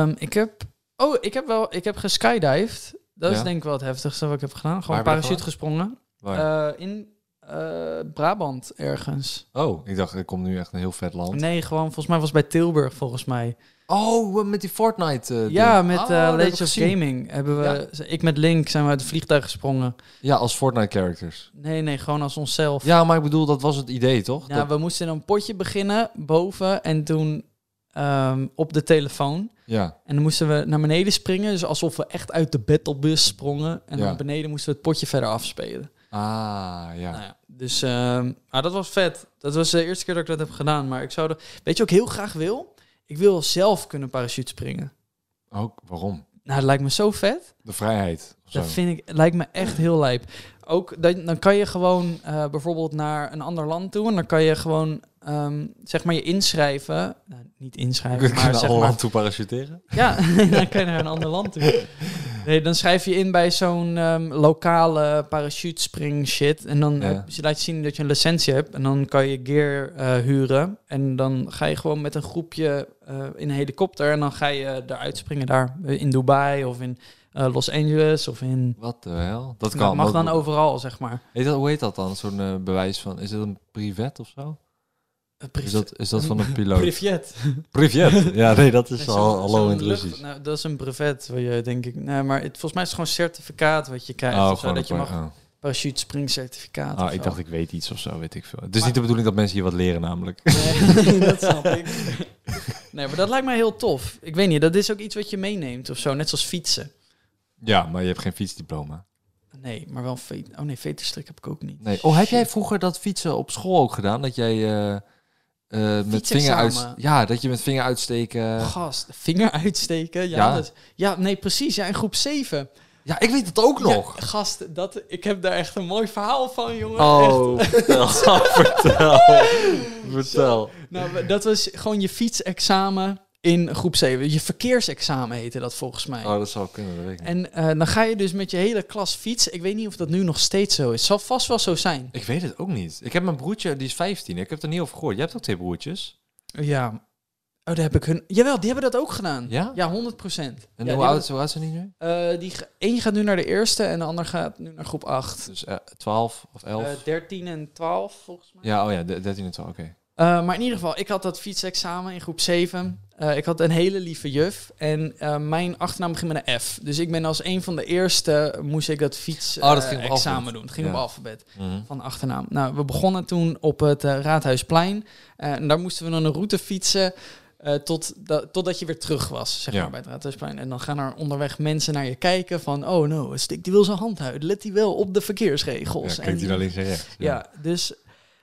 ik heb geskydived. Dat is Ja? denk ik wel het heftigste wat ik heb gedaan. Gewoon Waar heb je dat parachute gesprongen. Waar? In Brabant ergens. Oh, ik dacht, er komt nu echt een heel vet land. Nee, gewoon volgens mij was het bij Tilburg volgens mij. Oh, met die Fortnite Ja, ding. met dat heb Legends ik of gezien. Gaming hebben we... Ik met Link zijn we uit het vliegtuig gesprongen. Ja, als Fortnite characters. Nee, gewoon als onszelf. Ja, maar ik bedoel, dat was het idee, toch? Ja, Dat- we moesten in een potje beginnen boven en toen op de telefoon. ja. En dan moesten we naar beneden springen, dus alsof we echt uit de battlebus sprongen. En Ja. dan beneden moesten we het potje verder afspelen. Ah, ja. Nou ja, dus dat was vet. Dat was de eerste keer dat ik dat heb gedaan. Maar ik zou er... Weet je wat ik heel graag wil? Ik wil zelf kunnen parachute springen. Ook, waarom? Nou, dat lijkt me zo vet. De vrijheid. Of zo. Dat vind ik, lijkt me echt heel lijp. Ook dan kan je gewoon bijvoorbeeld naar een ander land toe en dan kan je gewoon zeg maar je inschrijven. Nou, niet inschrijven, Kun je maar naar zeg Holland maar. toe parachuteren? Ja, dan kan je naar een ander land toe. Nee, dan schrijf je in bij zo'n lokale parachutespring shit en dan laat je zien dat je een licentie hebt en dan kan je gear huren en dan ga je gewoon met een groepje in een helikopter en dan ga je eruit springen daar in Dubai of in Los Angeles of in... Wat de hel? Dat Nou, kan. mag dan overal, zeg maar. Hoe heet dat dan? Zo'n bewijs van... Is het een privet of zo? Is dat van een piloot? Privet. Privet? Ja, nee, dat is Nee, hallo zo'n in het lucht- Russisch. Nou, dat is een brevet, waar je denk ik... Nee, maar volgens mij is het gewoon een certificaat wat je krijgt. Oh, of zo, dat je mag Oh. parachute springcertificaat. Ah, of ik zo. dacht, ik weet iets of zo, weet ik veel. Het is niet de bedoeling dat mensen hier wat leren, namelijk. Nee, dat snap ik. Nee, maar dat lijkt mij heel tof. Ik weet niet, dat is ook iets wat je meeneemt of zo. Net zoals fietsen. Ja, maar je hebt geen fietsdiploma. Nee, maar wel veterstrik heb ik ook niet. Nee. Oh, heb jij vroeger dat fietsen op school ook gedaan? Dat jij met vinger uit... Ja, dat je met vinger uitsteken... Gast, vinger uitsteken. Ja, nee, precies. Ja, in groep 7. Ja, ik weet het ook nog. Ja, gast, ik heb daar echt een mooi verhaal van, jongen. Oh, Echt. vertel. Vertel. Nou, dat was gewoon je fietsexamen in groep 7. Je verkeersexamen heette dat volgens mij. Oh, dat zou kunnen, dat weet ik niet. En dan ga je dus met je hele klas fietsen. Ik weet niet of dat nu nog steeds zo is. Zal vast wel zo zijn. Ik weet het ook niet. Ik heb mijn broertje, die is 15. Ik heb er niet over gehoord. Jij hebt ook 2 broertjes. Ja. Oh, daar heb ik hun... Jawel, die hebben dat ook gedaan. Ja? Ja, 100%. En ja, hoe oud zijn die nu? Eén gaat nu naar de eerste en de ander gaat nu naar groep 8. Dus 12 of 11? 13 en 12 volgens mij. Ja, oh ja, 13 en 12, oké. Maar in ieder geval, ik had dat fietsexamen in groep 7. Ik had een hele lieve juf. En mijn achternaam begint met een F. Dus ik ben als een van de eerste... moest ik dat fietsexamen doen. Het ging op alfabet van de achternaam. Nou, we begonnen toen op het Raadhuisplein. En daar moesten we dan een route fietsen... totdat je weer terug was, zeg maar, bij het Raadhuisplein. En dan gaan er onderweg mensen naar je kijken van... oh no, Stik die wil zijn hand uit. Let die wel op de verkeersregels. Ja, kijkt hij naar links en rechts. Ja, dus...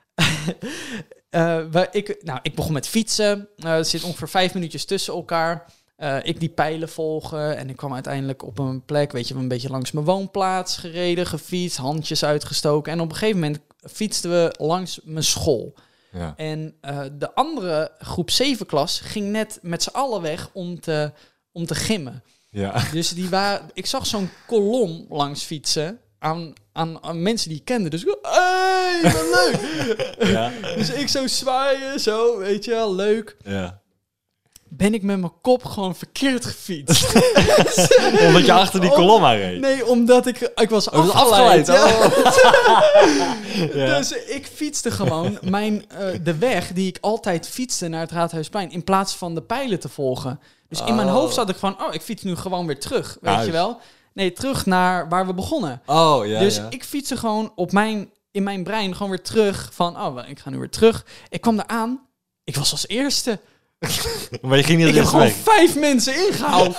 ik begon met fietsen. Er zit ongeveer 5 minuutjes tussen elkaar. Ik die pijlen volgen. En ik kwam uiteindelijk op een plek... weet je, een beetje langs mijn woonplaats gereden, gefietst, handjes uitgestoken. En op een gegeven moment fietsten we langs mijn school. Ja. En de andere groep 7 klas ging net met z'n allen weg om te gimmen. Ja. Dus ik zag zo'n kolom langs fietsen aan mensen die ik kende. Dus hey, wat leuk! Ja. Dus ik zo zwaaien, zo, weet je wel, leuk. Ja. Ben ik met mijn kop gewoon verkeerd gefietst. Omdat je achter die kolom aan reed. Nee, omdat ik was afgeleid. Ja. Ja. Dus ik fietste gewoon de weg die ik altijd fietste naar het Raadhuisplein... in plaats van de pijlen te volgen. Dus in mijn hoofd zat ik van... ik fiets nu gewoon weer terug, weet je wel? Nee, terug naar waar we begonnen. Oh, ja, dus ik fietste gewoon in mijn brein gewoon weer terug van... ik ga nu weer terug. Ik kwam eraan. Ik was als eerste... Maar je ging niet ik heb gewoon 5 mensen ingehaald.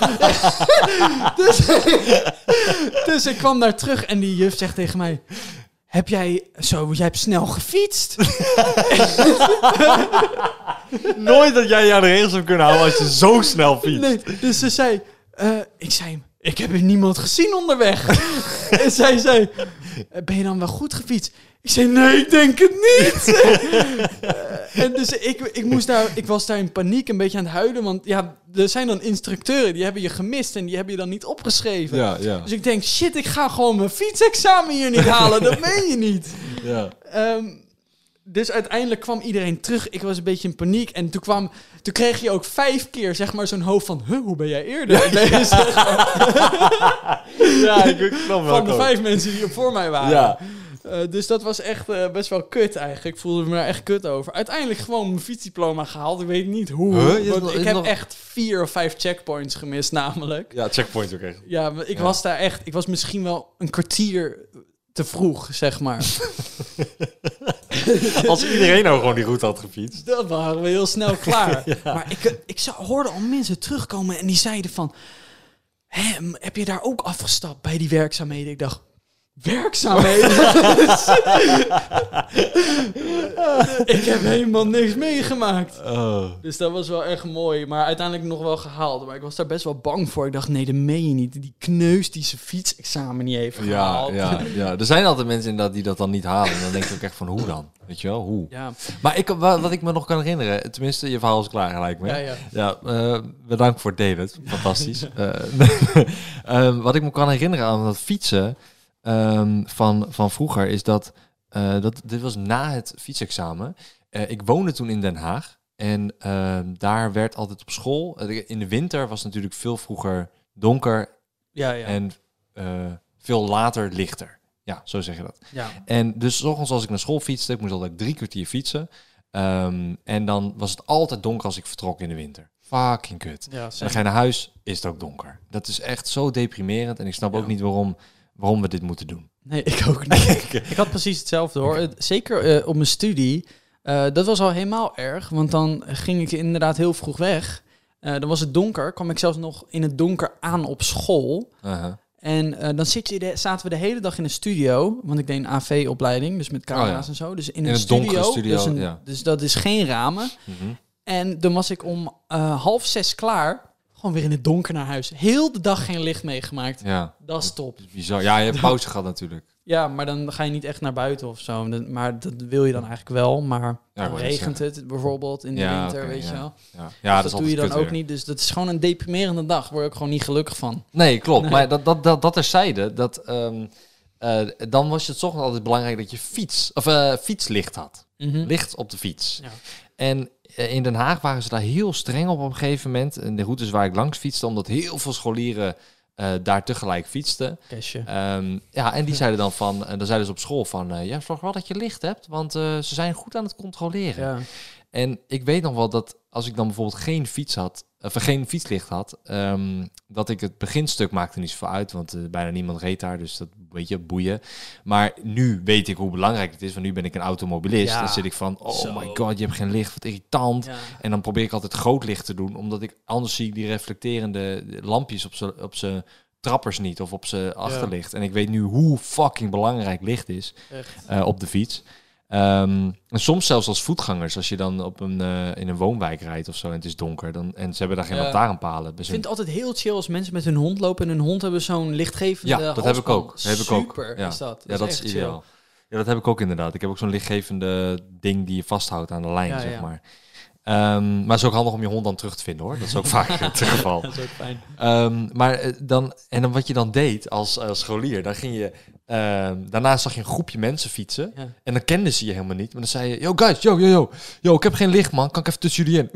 dus ik kwam daar terug en die juf zegt tegen mij... jij hebt snel gefietst? Nooit dat jij je aan de regels zou kunnen houden als je zo snel fietst. Nee, dus ze zei... ik heb er niemand gezien onderweg. En zij zei... ben je dan wel goed gefietst? Ik zei, nee, ik denk het niet. En dus ik was daar in paniek een beetje aan het huilen. Want ja, er zijn dan instructeuren, die hebben je gemist en die hebben je dan niet opgeschreven. Ja, ja. Dus ik denk, shit, ik ga gewoon mijn fietsexamen hier niet halen. Dat meen je niet. Ja. Dus uiteindelijk kwam iedereen terug. Ik was een beetje in paniek. En toen kreeg je ook 5 keer zeg maar zo'n hoofd van... hoe ben jij eerder? Ja, ik snap wel. Van de 5 mensen die voor mij waren. Ja. Dus dat was echt best wel kut eigenlijk. Ik voelde me daar echt kut over. Uiteindelijk gewoon mijn fietsdiploma gehaald. Ik weet niet hoe. Want ik heb echt 4 of 5 checkpoints gemist namelijk. Ja, checkpoint ook echt. Ja, maar ik was daar echt... Ik was misschien wel een kwartier te vroeg, zeg maar. Als iedereen nou gewoon die route had gefietst. Dan waren we heel snel klaar. Maar ik hoorde al mensen terugkomen en die zeiden van... heb je daar ook afgestapt bij die werkzaamheden? Ik dacht... Werkzaamheden? Ik heb helemaal niks meegemaakt. Dus dat was wel echt mooi. Maar uiteindelijk nog wel gehaald. Maar ik was daar best wel bang voor. Ik dacht, nee, dat meen je niet. Die kneus die zijn fietsexamen niet heeft gehaald. Ja. Er zijn altijd mensen inderdaad die dat dan niet halen. En dan denk ik ook echt van, hoe dan? Weet je wel, hoe? Ja. Maar wat ik me nog kan herinneren... Tenminste, je verhaal is klaar gelijk me. Bedankt voor het delen. Fantastisch. Wat ik me kan herinneren aan dat fietsen... van vroeger is dat dit was na het fietsexamen. Ik woonde toen in Den Haag en daar werd altijd op school... in de winter was het natuurlijk veel vroeger donker en veel later lichter. Ja, zo zeg je dat. Ja. En dus 's ochtends als ik naar school fietste, ik moest altijd 3 kwartier fietsen. En dan was het altijd donker als ik vertrok in de winter. Fucking kut. Ja, en dan ga je naar huis, is het ook donker. Dat is echt zo deprimerend en ik snap ook niet waarom we dit moeten doen. Nee, ik ook niet. Ik had precies hetzelfde hoor. Zeker op mijn studie. Dat was al helemaal erg. Want dan ging ik inderdaad heel vroeg weg. Dan was het donker. Kwam ik zelfs nog in het donker aan op school. En dan zaten we de hele dag in een studio. Want ik deed een AV-opleiding. Dus met camera's en zo. Dus in een studio. Dus dat is geen ramen. Mm-hmm. En dan was ik om 5:30 klaar. Gewoon weer in het donker naar huis. Heel de dag geen licht meegemaakt. Ja. Dat is top. Bizar. Ja, je hebt pauze gehad natuurlijk. Ja, maar dan ga je niet echt naar buiten of zo. Maar dat wil je dan eigenlijk wel. Maar dan regent het bijvoorbeeld in de winter, weet je wel. Ja, dus dat doe je dan ook niet. Dus dat is gewoon een deprimerende dag. Daar word je ook gewoon niet gelukkig van. Nee, klopt. Nee. Maar dat terzijde, dan was het toch altijd belangrijk dat je fietslicht had. Mm-hmm. Licht op de fiets. Ja. En in Den Haag waren ze daar heel streng op een gegeven moment. En de routes waar ik langs fietste, omdat heel veel scholieren daar tegelijk fietsten. En die zeiden dan van, dan zeiden ze op school van, zorg wel dat je licht hebt, want ze zijn goed aan het controleren. Ja. En ik weet nog wel dat als ik dan bijvoorbeeld geen fietslicht had, dat ik het beginstuk maakte niet zoveel uit, want bijna niemand reed daar, dus dat weet je, boeien. Maar nu weet ik hoe belangrijk het is, want nu ben ik een automobilist. Dan zit ik van, my god, je hebt geen licht, wat irritant. Ja. En dan probeer ik altijd groot licht te doen, omdat anders zie ik die reflecterende lampjes op zijn trappers niet, of op zijn achterlicht. En ik weet nu hoe fucking belangrijk licht is op de fiets. En soms zelfs als voetgangers, als je dan in een woonwijk rijdt of zo en het is donker, en ze hebben daar geen lantaarnpaalen. Dus ik vind het altijd heel chill als mensen met hun hond lopen en hun hond hebben zo'n lichtgevende halsband. Ja, dat heb ik ook. Super is dat. Dat is ideaal. Ja, dat heb ik ook inderdaad. Ik heb ook zo'n lichtgevende ding die je vasthoudt aan de lijn, zeg maar. Maar het is ook handig om je hond dan terug te vinden, hoor. Dat is ook vaak het geval. Dat is ook fijn. Maar dan wat je dan deed als scholier, dan ging je... daarna zag je een groepje mensen fietsen. Ja. En dan kenden ze je helemaal niet. Maar dan zei je, yo guys, yo, ik heb geen licht, man. Kan ik even tussen jullie in?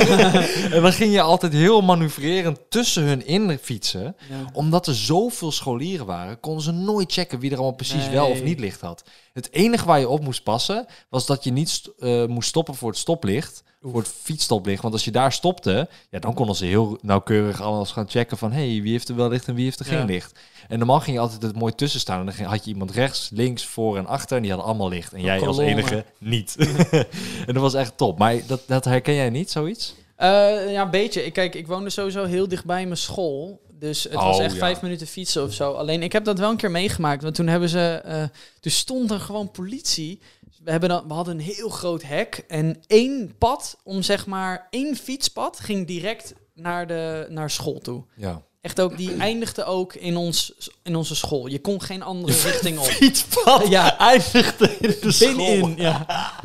En dan ging je altijd heel manoeuvrerend tussen hun in fietsen. Ja. Omdat er zoveel scholieren waren, konden ze nooit checken wie er allemaal precies wel of niet licht had. Het enige waar je op moest passen, was dat je niet moest stoppen voor het stoplicht. Voor het fietsstoplicht. Want als je daar stopte, dan konden ze heel nauwkeurig alles gaan checken van, wie heeft er wel licht en wie heeft er geen licht. En normaal ging je altijd het mooi tussen staan. En dan had je iemand rechts, links, voor en achter. En die hadden allemaal licht. En jij als enige niet. En dat was echt top. Maar dat herken jij niet, zoiets? Ja, een beetje. Ik woonde sowieso heel dichtbij mijn school. Dus het was echt 5 minuten fietsen of zo. Alleen, ik heb dat wel een keer meegemaakt. Want toen hebben ze... toen stond er gewoon politie. We hadden een heel groot hek. En 1 pad, één fietspad, ging direct naar school toe. Ja. Echt ook, die eindigde ook in onze school. Je kon geen andere richting op. Fietspad eindigde in de school. Binnenin, ja.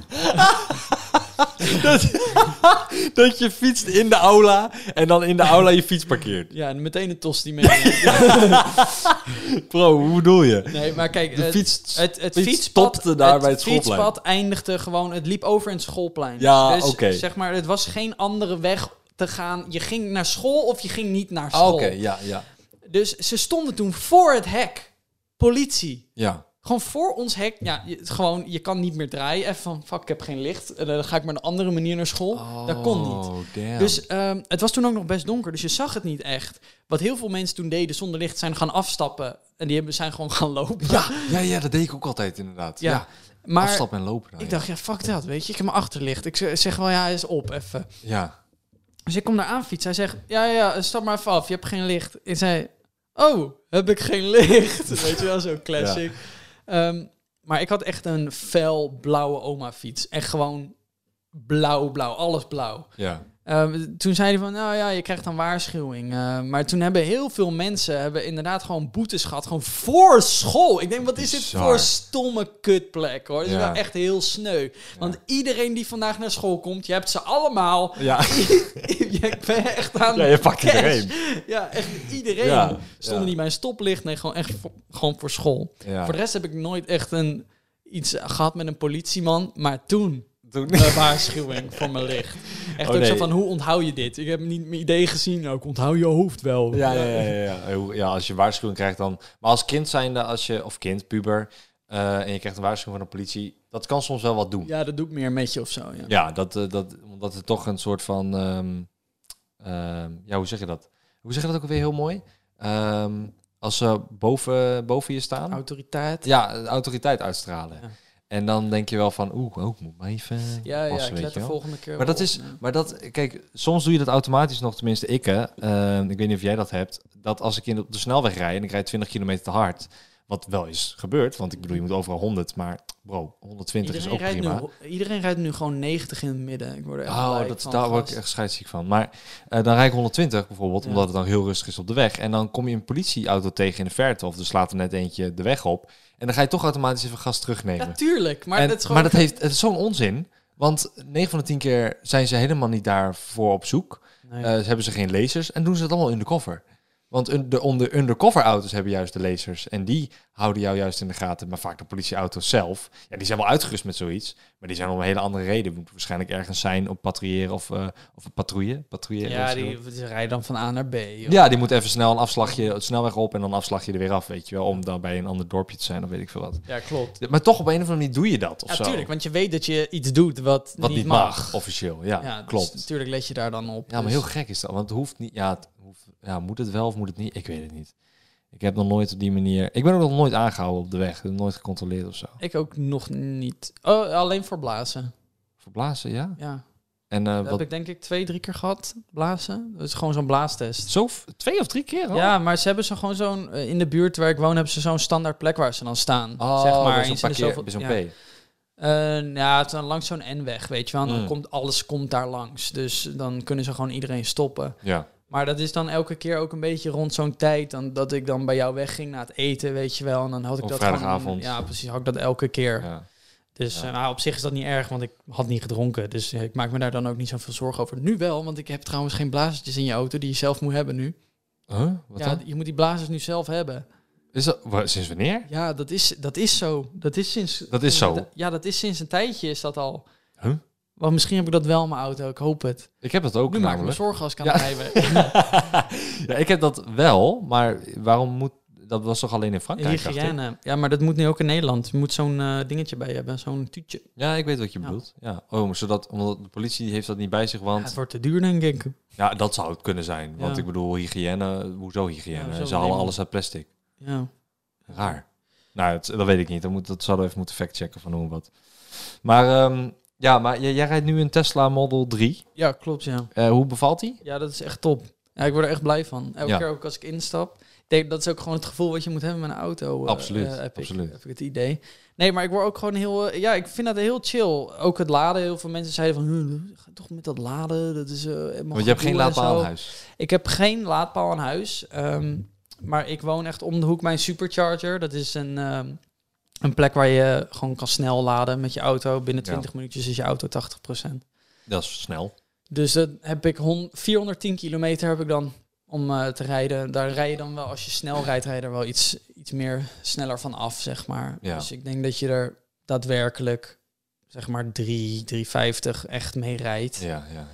Dat je fietst in de aula en dan in de aula je fiets parkeert. Ja, en meteen een tosti mee. Bro, hoe bedoel je? Nee, maar kijk, het fietspad stopte daar bij het schoolplein. Het fietspad eindigde gewoon, het liep over in het schoolplein. Ja, dus, oké. Zeg maar, het was geen andere weg te gaan. Je ging naar school of je ging niet naar school. Oké, ja. Dus ze stonden toen voor het hek. Politie. Ja. Gewoon voor ons hek. Ja, je kan niet meer draaien. Even van, fuck, ik heb geen licht. Dan ga ik maar een andere manier naar school. Dat kon niet. Damn. Dus het was toen ook nog best donker. Dus je zag het niet echt. Wat heel veel mensen toen deden zonder licht zijn gaan afstappen. En die zijn gewoon gaan lopen. Ja, dat deed ik ook altijd inderdaad. Ja. Maar afstappen en lopen. ik dacht, ja, fuck dat, weet je. Ik heb mijn achterlicht. Ik zeg wel, ja, hij is op, even. Ja. Dus ik kom daar aan fietsen. Hij zegt, ja, stap maar even af. Je hebt geen licht. Ik zei, oh, heb ik geen licht? Weet je wel, zo classic. Ja. Maar ik had echt een fel blauwe oma fiets. Echt gewoon blauw, alles blauw. Ja. Toen zei hij van, nou ja, je krijgt een waarschuwing. Maar toen hebben heel veel mensen inderdaad gewoon boetes gehad. Gewoon voor school. Ik denk, wat is dit voor stomme kutplek, hoor. Dat is wel echt heel sneu. Ja. Want iedereen die vandaag naar school komt, je hebt ze allemaal. Ja. Ik ben echt aan je pakt iedereen. Ja, echt iedereen. Stonden niet bij een stoplicht. Nee, gewoon echt gewoon voor school. Ja. Voor de rest heb ik nooit echt iets gehad met een politieman. Maar toen een waarschuwing voor mijn licht. Echt ook zo van, hoe onthoud je dit? Ik heb niet mijn idee gezien. Nou, ik onthoud je hoofd wel. Ja, als je waarschuwing krijgt dan... Maar als kind zijnde, puber... en je krijgt een waarschuwing van de politie... Dat kan soms wel wat doen. Ja, dat doet meer met je of zo. Ja, omdat het toch een soort van... hoe zeg je dat? Hoe zeg je dat ook alweer heel mooi? Als ze boven je staan... Autoriteit. Ja, autoriteit uitstralen. Ja. En dan denk je wel van, ik moet maar even passen, ik let de volgende keer maar kijk, soms doe je dat automatisch nog, tenminste ik weet niet of jij dat hebt, dat als ik op de snelweg rijd en ik rijd 20 kilometer te hard, wat wel is gebeurd, want ik bedoel, je moet overal 100, maar bro, 120 is ook prima. Iedereen rijdt nu gewoon 90 in het midden. Ik word er echt daar word ik echt scheidsziek van. Maar dan rijd ik 120 bijvoorbeeld, omdat het dan heel rustig is op de weg. En dan kom je een politieauto tegen in de verte, of er slaat er net eentje de weg op. En dan ga je toch automatisch even gas terugnemen. Natuurlijk, maar het is zo'n onzin. Want 9 van de 10 keer zijn ze helemaal niet daarvoor op zoek. Nee. Hebben ze geen lasers en doen ze het allemaal undercover. Want de undercover auto's hebben juist de lasers. En die houden jou juist in de gaten. Maar vaak de politieauto's zelf. Ja, die zijn wel uitgerust met zoiets. Maar die zijn om een hele andere reden. Je moet waarschijnlijk ergens zijn op patrouilleren of patrouilleren. Ja, die rijden dan van A naar B. Of... Ja, die moet even snel een afslagje, het snelweg op en dan afslag je er weer af, weet je wel. Om dan bij een ander dorpje te zijn of weet ik veel wat. Ja, klopt. Maar toch op een of andere manier doe je dat of zo. Natuurlijk, want je weet dat je iets doet wat niet mag. Officieel, ja klopt. Dus natuurlijk let je daar dan op. Ja, maar heel gek is dat. Want het hoeft niet... moet het wel of moet het niet? Ik weet het niet. Ik heb nog nooit op die manier... Ik ben ook nog nooit aangehouden op de weg. Nooit gecontroleerd of zo. Ik ook nog niet. Oh, alleen voor blazen. Voor blazen, ja? Ja. En dat heb ik denk ik 2-3 keer gehad, blazen. Dat is gewoon zo'n blaastest. Zo 2 of 3 keer al? Ja, maar ze hebben zo gewoon zo'n... in de buurt waar ik woon hebben ze zo'n standaard plek waar ze dan staan. Zeg maar. Bij zo'n P. Ja, het is dan langs zo'n N-weg, weet je wel. Dan alles komt daar langs. Dus dan kunnen ze gewoon iedereen stoppen. Ja. Maar dat is dan elke keer ook een beetje rond zo'n tijd... dat ik dan bij jou wegging na het eten, weet je wel. En dan had ik dat vrijdagavond. Ja, precies. Had ik dat elke keer. Ja. Dus op zich is dat niet erg, want ik had niet gedronken. Dus ik maak me daar dan ook niet zoveel zorgen over. Nu wel, want ik heb trouwens geen blazertjes in je auto... die je zelf moet hebben nu. Wat dan? Je moet die blazers nu zelf hebben. Is dat, sinds wanneer? Ja, dat is zo. Dat is sinds een tijdje is dat al. Want misschien heb ik dat wel in mijn auto, ik hoop het. Ik heb dat ook nu maak ik me zorgen als ik aan het rijden ben. Ja, ik heb dat wel, maar waarom moet... Dat was toch alleen in Frankrijk? Hygiëne. Ja, maar dat moet nu ook in Nederland. Je moet zo'n dingetje bij hebben, zo'n tuutje. Ja, ik weet wat je bedoelt. Ja. Omdat de politie heeft dat niet bij zich, want... Ja, het wordt te duur, denk ik. Ja, dat zou het kunnen zijn. Want ik bedoel, hygiëne, hoezo hygiëne? Ze halen alles uit plastic. Ja. Raar. Nou, dat weet ik niet. Dat zouden we even moeten factchecken van hoe wat. Maar... maar jij rijdt nu een Tesla Model 3. Ja, klopt, ja. Hoe bevalt die? Ja, dat is echt top. Ja, ik word er echt blij van. Elke keer ook als ik instap. Ik denk, dat is ook gewoon het gevoel wat je moet hebben met een auto. Absoluut, heb ik het idee. Nee, maar ik word ook gewoon heel... ik vind dat heel chill. Ook het laden. Heel veel mensen zeiden van... Ga toch met dat laden. Dat is want je hebt geen laadpaal aan huis? Ik heb geen laadpaal aan huis. Maar ik woon echt om de hoek bij een supercharger. Dat is een plek waar je gewoon kan snel laden met je auto. Binnen 20 minuutjes is je auto 80%. Dat is snel. Dus dat heb ik 410 kilometer heb ik dan om te rijden. Daar rij je dan wel, als je snel rijdt, rij je er wel iets meer sneller van af, zeg maar. Ja. Dus ik denk dat je er daadwerkelijk, zeg maar, 3,50 echt mee rijdt. Ja.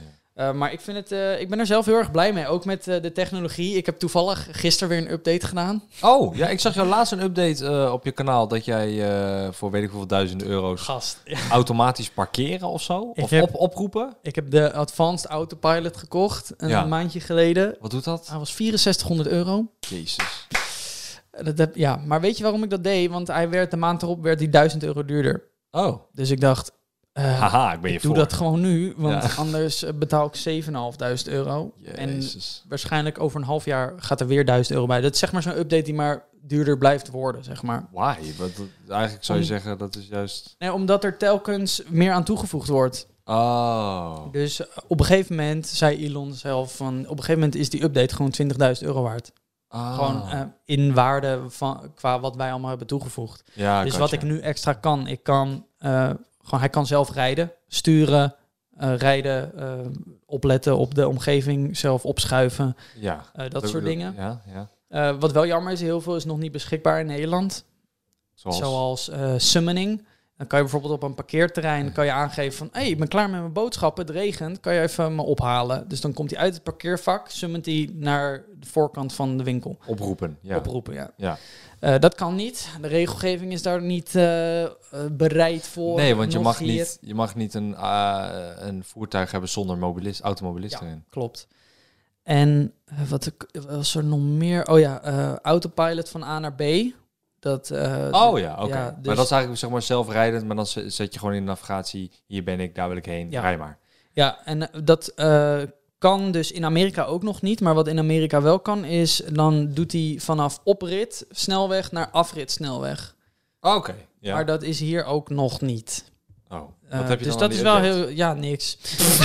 Maar ik ben er zelf heel erg blij mee. Ook met de technologie. Ik heb toevallig gisteren weer een update gedaan. Oh, ja, ik zag jou laatst een update op je kanaal dat jij voor weet ik hoeveel duizenden euro's Gast. Ja. automatisch parkeren of zo? Ik Of heb- oproepen? Ik heb de Advanced Autopilot gekocht een maandje geleden. Wat doet dat? Hij was €6400. Jezus. Maar weet je waarom ik dat deed? Want de maand erop werd hij €1000 duurder. Oh, Dus ik dacht, haha, ik ben je ik doe voor. dat gewoon nu, want Ja. anders betaal ik €7.500. En Jezus. waarschijnlijk over een half jaar gaat er weer €1000 bij. Dat is zeg maar zo'n update die maar duurder blijft worden, zeg maar. Why? Eigenlijk zou je zeggen dat is juist... Nee, omdat er telkens meer aan toegevoegd wordt. Oh. Dus op een gegeven moment zei Elon zelf van, op een gegeven moment is die update gewoon €20.000 waard. Gewoon in waarde van qua wat wij allemaal hebben toegevoegd. Ja, Dus wat ik nu extra kan, hij kan zelf rijden, sturen, rijden, opletten op de omgeving, zelf opschuiven, Ja. dat soort dingen. Ja. Wat wel jammer is, heel veel is nog niet beschikbaar in Nederland. Zoals summoning. Dan kan je bijvoorbeeld op een parkeerterrein kan je aangeven van, hey, ik ben klaar met mijn boodschappen, het regent, kan je even me ophalen? Dus dan komt hij uit het parkeervak, summont hij naar de voorkant van de winkel. Oproepen. Ja. Oproepen, ja. Ja. Dat kan niet. De regelgeving is daar niet bereid voor. Nee, want je Nog hier. mag niet een voertuig hebben zonder automobilist Ja. erin. Klopt. En wat was er nog meer? Oh ja, autopilot van A naar B. Dat, Oh ja, oké. ja, Maar dus- dat is eigenlijk zeg maar zelfrijdend, maar dan zet je gewoon in de navigatie, hier ben ik, daar wil ik heen, Ja. rij maar. Ja, en dat kan dus in Amerika ook nog niet. Maar wat in Amerika wel kan is, dan doet hij vanaf oprit snelweg naar afrit snelweg. Oké. Ja. Maar dat is hier ook nog niet. Oh. Wat heb je Dus dan dat aan is die wel update? heel... Ja, niks.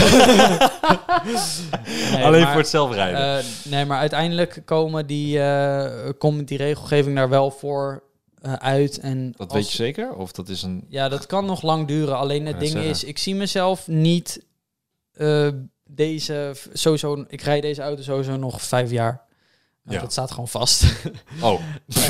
Nee, Alleen maar, voor het zelfrijden. nee, maar uiteindelijk komt die regelgeving daar wel voor uit. En Dat weet je zeker? Of dat is een... Ja, dat kan nog lang duren. Alleen het Ja, ding zeggen. is, ik zie mezelf niet ik rijd deze auto sowieso nog 5 jaar. Ja. Dat staat gewoon vast. Oh.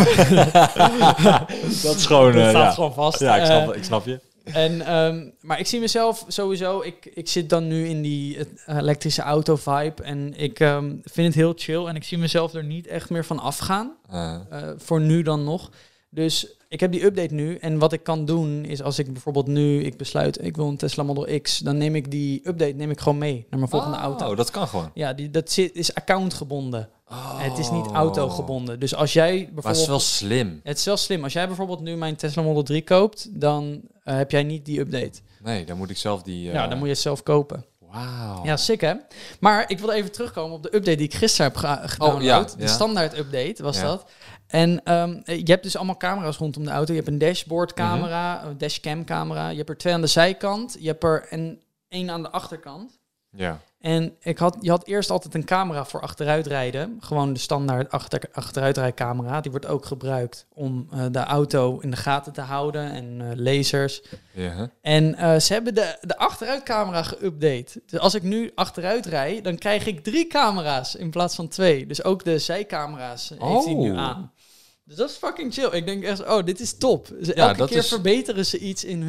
Dat is gewoon... dat staat ja. gewoon vast. Ja, ik snap je. Maar ik zie mezelf sowieso... Ik zit dan nu in die elektrische auto-vibe. En ik vind het heel chill. En ik zie mezelf er niet echt meer van afgaan. Voor nu dan nog. Dus ik heb die update nu. En wat ik kan doen is als ik bijvoorbeeld ik besluit... ik wil een Tesla Model X. Dan neem ik die update gewoon mee naar mijn volgende auto. Oh, dat kan gewoon. Ja, is accountgebonden. Oh. Het is niet autogebonden. Dus als jij bijvoorbeeld... Maar het is wel slim. Het is wel slim. Als jij bijvoorbeeld nu mijn Tesla Model 3 koopt, dan heb jij niet die update. Nee, dan moet ik zelf die... Ja, dan moet je het zelf kopen. Wauw. Ja, sick hè? Maar ik wil even terugkomen op de update die ik gisteren heb gedownload. ja. De standaard update was Ja. dat. En je hebt dus allemaal camera's rondom de auto. Je hebt een dashboard camera, een dashcam camera. Je hebt er 2 aan de zijkant. Je hebt er 1 aan de achterkant. Ja. En je had eerst altijd een camera voor achteruitrijden. Gewoon de standaard achteruitrijcamera. Die wordt ook gebruikt om de auto in de gaten te houden en lasers. Ja. En ze hebben de achteruitcamera geüpdate. Dus als ik nu achteruit rij, dan krijg ik 3 camera's in plaats van 2. Dus ook de zijcamera's heeft hij nu aan. Dus dat is fucking chill. Ik denk echt, dit is top. Dus elke keer verbeteren ze iets in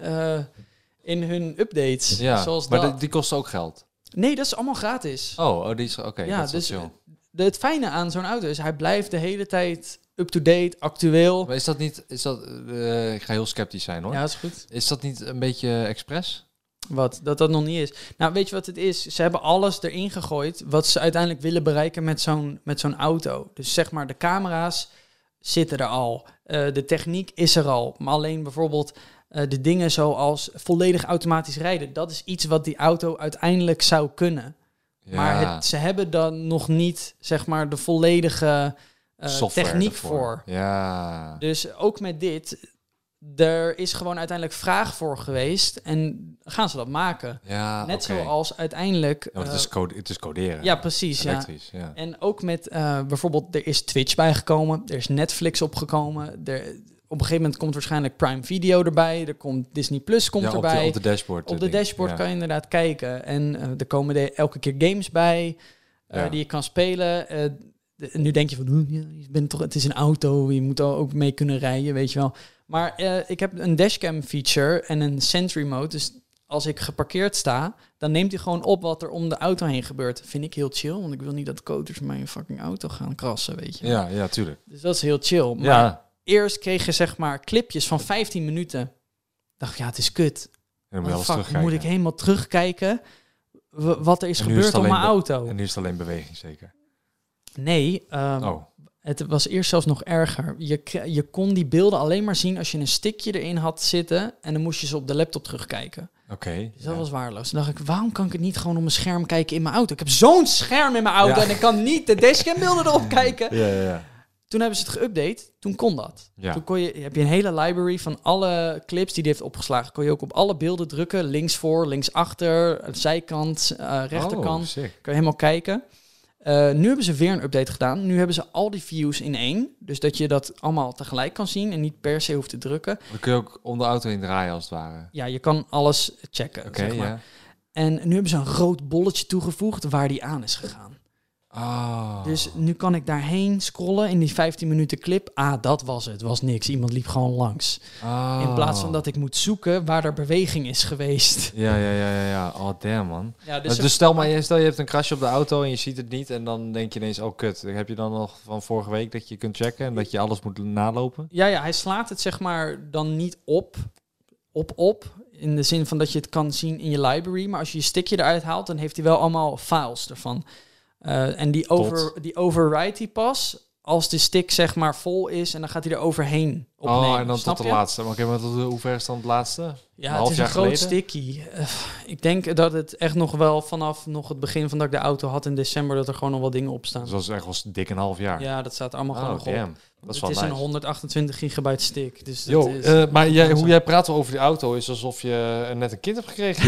hun updates. Ja, Zoals maar dat. die kosten ook geld. Nee, dat is allemaal gratis. Die is... Oké, Ja, dat is dus chill. het fijne aan zo'n auto is, hij blijft de hele tijd up-to-date, actueel. Maar is dat niet... ik ga heel sceptisch zijn, hoor. Ja, dat is goed. Is dat niet een beetje expres? Wat? Dat nog niet is. Nou, weet je wat het is? Ze hebben alles erin gegooid wat ze uiteindelijk willen bereiken met zo'n auto. Dus zeg maar, de camera's zitten er al. De techniek is er al. Maar alleen bijvoorbeeld de dingen zoals volledig automatisch rijden. Dat is iets wat die auto uiteindelijk zou kunnen. Ja. Maar ze hebben dan nog niet, zeg maar, de volledige software techniek ervoor. voor. Ja. Dus ook met dit, er is gewoon uiteindelijk vraag voor geweest en gaan ze dat maken. Ja, Net oké. zoals uiteindelijk... Ja, want het is coderen. ja, precies. Ja. Elektrisch, ja. En ook met bijvoorbeeld, er is Twitch bijgekomen, er is Netflix opgekomen, op een gegeven moment komt waarschijnlijk Prime Video erbij, er komt Disney Plus komt erbij. Op de dashboard. Op de dashboard kan je inderdaad kijken. En er komen elke keer games bij die je kan spelen. Nu denk je van, je bent toch, het is een auto, je moet er ook mee kunnen rijden, weet je wel. Maar ik heb een dashcam feature en een Sentry mode. Dus als ik geparkeerd sta, dan neemt hij gewoon op wat er om de auto heen gebeurt. Vind ik heel chill, want ik wil niet dat koters mijn fucking auto gaan krassen, weet je. Ja, tuurlijk. Dus dat is heel chill. Maar Ja. eerst kreeg je zeg maar clipjes van 15 minuten. Dacht ik, ja, het is kut. En dan moet je alles Fuck, terugkijken. moet ik helemaal terugkijken wat er is En nu is gebeurd het op mijn alleen auto. En nu is het alleen beweging, zeker. Nee, het was eerst zelfs nog erger. Je kon die beelden alleen maar zien als je een stickje erin had zitten en dan moest je ze op de laptop terugkijken. Oké. Dus dat was waardeloos. Toen dacht ik, waarom kan ik het niet gewoon op mijn scherm kijken in mijn auto? Ik heb zo'n scherm in mijn auto en ik kan niet de dashcambeelden erop kijken. Ja. Toen hebben ze het geüpdate. Toen kon dat. Ja. Toen heb je een hele library van alle clips die hij heeft opgeslagen. Kon je ook op alle beelden drukken. Links voor, links achter, zijkant, rechterkant. Sick. Kan je helemaal kijken. Nu hebben ze weer een update gedaan. Nu hebben ze al die views in één. Dus dat je dat allemaal tegelijk kan zien en niet per se hoeft te drukken. Dan kun je ook om de auto heen draaien als het ware. Ja, je kan alles checken. Oké, zeg maar. ja. En nu hebben ze een rood bolletje toegevoegd waar die aan is gegaan. Oh. Dus nu kan ik daarheen scrollen in die 15 minuten clip. Dat was het. Was niks. Iemand liep gewoon langs. Oh. In plaats van dat ik moet zoeken waar er beweging is geweest. Ja. Oh, damn, man. Ja, Dus stel je hebt een crasje op de auto en je ziet het niet en dan denk je ineens, oh kut. Heb je dan nog van vorige week dat je kunt checken en dat je alles moet nalopen? Ja, hij slaat het zeg maar dan niet op. In de zin van dat je het kan zien in je library. Maar als je je stickje eruit haalt, dan heeft hij wel allemaal files ervan. En die override hij pas als de stick zeg maar vol is en dan gaat hij er overheen opnemen. Oh, en dan Snap tot de je? laatste. Maar maar tot hoe ver is dan het laatste? Ja, het is een groot sticky. Ik denk dat het echt nog wel vanaf nog het begin van dat ik de auto had in december, dat er gewoon nog wel dingen op staan. Dus dat is echt wel dik een half jaar. Ja, dat staat allemaal gewoon nog op. Damn. Dat is Het wel is nice. een 128 gigabyte stick. Dus Yo, dat is, maar hoe jij praat over die auto is alsof je net een kind hebt gekregen.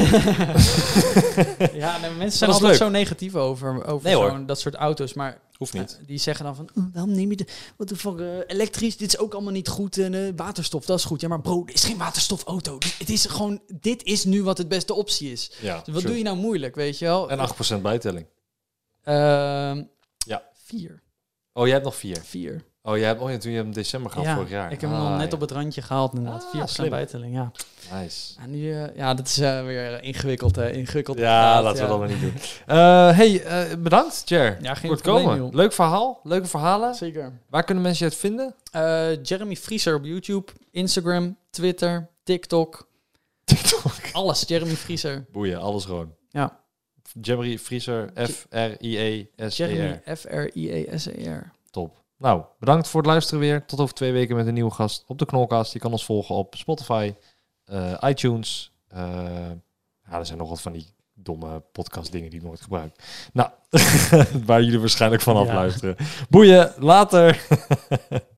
ja, mensen zijn is altijd leuk. zo negatief over Nee, hoor. dat soort auto's. Maar Hoeft niet. die zeggen dan van, waarom neem je wat voor elektrisch? Dit is ook allemaal niet goed. En waterstof, dat is goed. Ja, maar bro, dit is geen waterstofauto. Het is gewoon, dit is nu wat het beste optie is. Ja, Dus wat doe je nou moeilijk, weet je wel? En 8% bijtelling. Ja. 4. Oh, jij hebt nog 4. 4. Oh, jij hebt toen je hem in december gehad vorig jaar. Ik heb hem nog net op het randje gehaald inderdaad. 4% slim. bijtelling, ja. Nice. En nu, dat is weer ingewikkeld. Ja, laten we dat maar niet doen. Bedankt, Jer. Ja, geen voor het probleem, komen. joh. Leuk verhaal, leuke verhalen. Zeker. Waar kunnen mensen je het vinden? Jeremy Vriezer op YouTube, Instagram, Twitter, TikTok. Alles, Jeremy Vriezer. Boeien, alles gewoon. Ja. Jeremy Vriezer, F-R-I-E-S-E-R. Jeremy F-R-I-E-S-E-R. Top. Nou, bedankt voor het luisteren weer. Tot over 2 weken met een nieuwe gast op de Knolkast. Je kan ons volgen op Spotify, iTunes. Er zijn nog wat van die domme podcast dingen die ik nooit gebruik. Nou, waar jullie waarschijnlijk vanaf luisteren. Boeien, later!